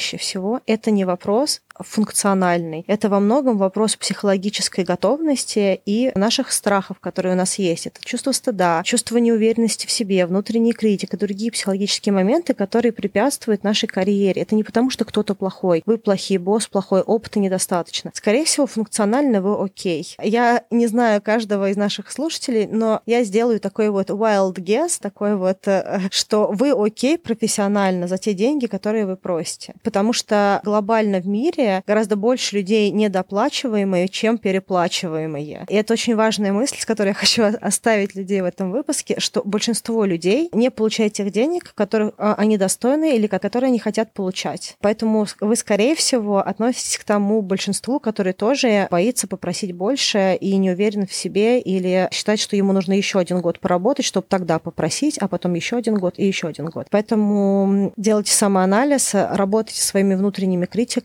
Speaker 2: это не вопрос функциональный. Это во многом вопрос психологической готовности и наших страхов, которые у нас есть. Это чувство стыда, чувство неуверенности в себе, внутренняя критика, другие психологические моменты, которые препятствуют нашей карьере. Это не потому, что кто-то плохой, вы плохие, босс плохой, опыта недостаточно. Скорее всего, функционально вы окей. Я не знаю каждого из наших слушателей, но я сделаю такой вот wild guess, такой вот, что вы окей профессионально за те деньги, которые вы просите. Потому что глобально в мире гораздо больше людей недоплачиваемые, чем переплачиваемые. И это очень важная мысль, с которой я хочу оставить людей в этом выпуске, что большинство людей не получают тех денег, которых они достойны или которые они хотят получать. Поэтому вы, скорее всего, относитесь к тому большинству, которое тоже боится попросить больше и не уверен в себе или считает, что ему нужно еще 1 год поработать, чтобы тогда попросить, а потом еще 1 год и еще 1 год. Поэтому делайте самоанализ, работайте со своими внутренними критиками,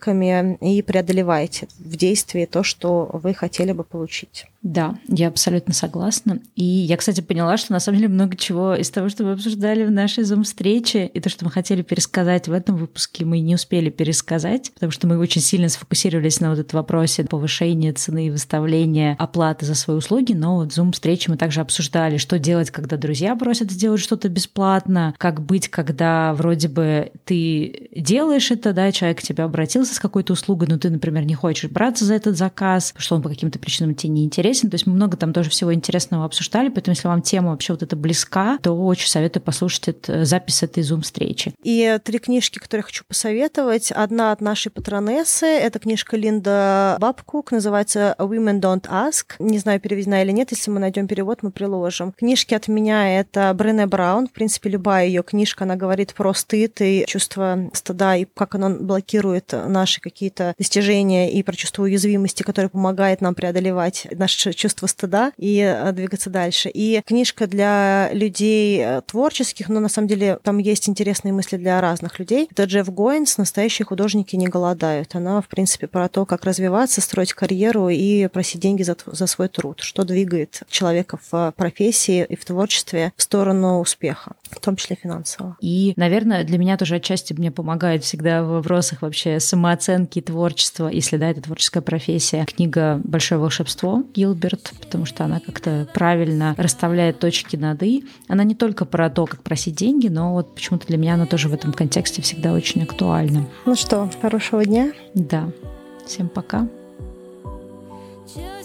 Speaker 2: видите и преодолеваете в действии то, что вы хотели бы получить.
Speaker 1: Да, я абсолютно согласна. И я, кстати, поняла, что на самом деле много чего из того, что мы обсуждали в нашей Zoom-встрече, и то, что мы хотели пересказать в этом выпуске, мы не успели пересказать, потому что мы очень сильно сфокусировались на вот этом вопросе повышения цены и выставления оплаты за свои услуги, но вот в Zoom-встрече мы также обсуждали, что делать, когда друзья просят сделать что-то бесплатно, как быть, когда вроде бы ты делаешь это, да, человек к тебе обратился с какой-то услугой, но ты, например, не хочешь браться за этот заказ, что он по каким-то причинам тебе не интересен. То есть мы много там тоже всего интересного обсуждали, поэтому если вам тема вообще вот эта близка, то очень советую послушать запись этой Zoom-встречи.
Speaker 2: И 3 книжки, которые хочу посоветовать. Одна от нашей патронессы, это книжка Линда Бабкук, называется «Women Don't Ask». Не знаю, переведена или нет, если мы найдем перевод, мы приложим. Книжки от меня — это Брене Браун. В принципе, любая ее книжка, она говорит про стыд и чувство стыда, и как оно блокирует наши какие-то достижения, и про чувство уязвимости, которое помогает нам преодолевать наше чувство стыда и двигаться дальше. И книжка для людей творческих, но на самом деле там есть интересные мысли для разных людей. Это Джефф Гоинс «Настоящие художники не голодают». Она, в принципе, про то, как развиваться, строить карьеру и просить деньги за свой труд, что двигает человека в профессии и в творчестве в сторону успеха, в том числе финансового.
Speaker 1: И, наверное, для меня тоже отчасти мне помогает всегда в вопросах вообще самооценки, творчества, если, да, это творческая профессия, книга «Большое волшебство» Гилберт, потому что она как-то правильно расставляет точки над «и». Она не только про то, как просить деньги, но вот почему-то для меня она тоже в этом контексте всегда очень актуальна.
Speaker 2: Ну что, хорошего дня.
Speaker 1: Да. Всем пока.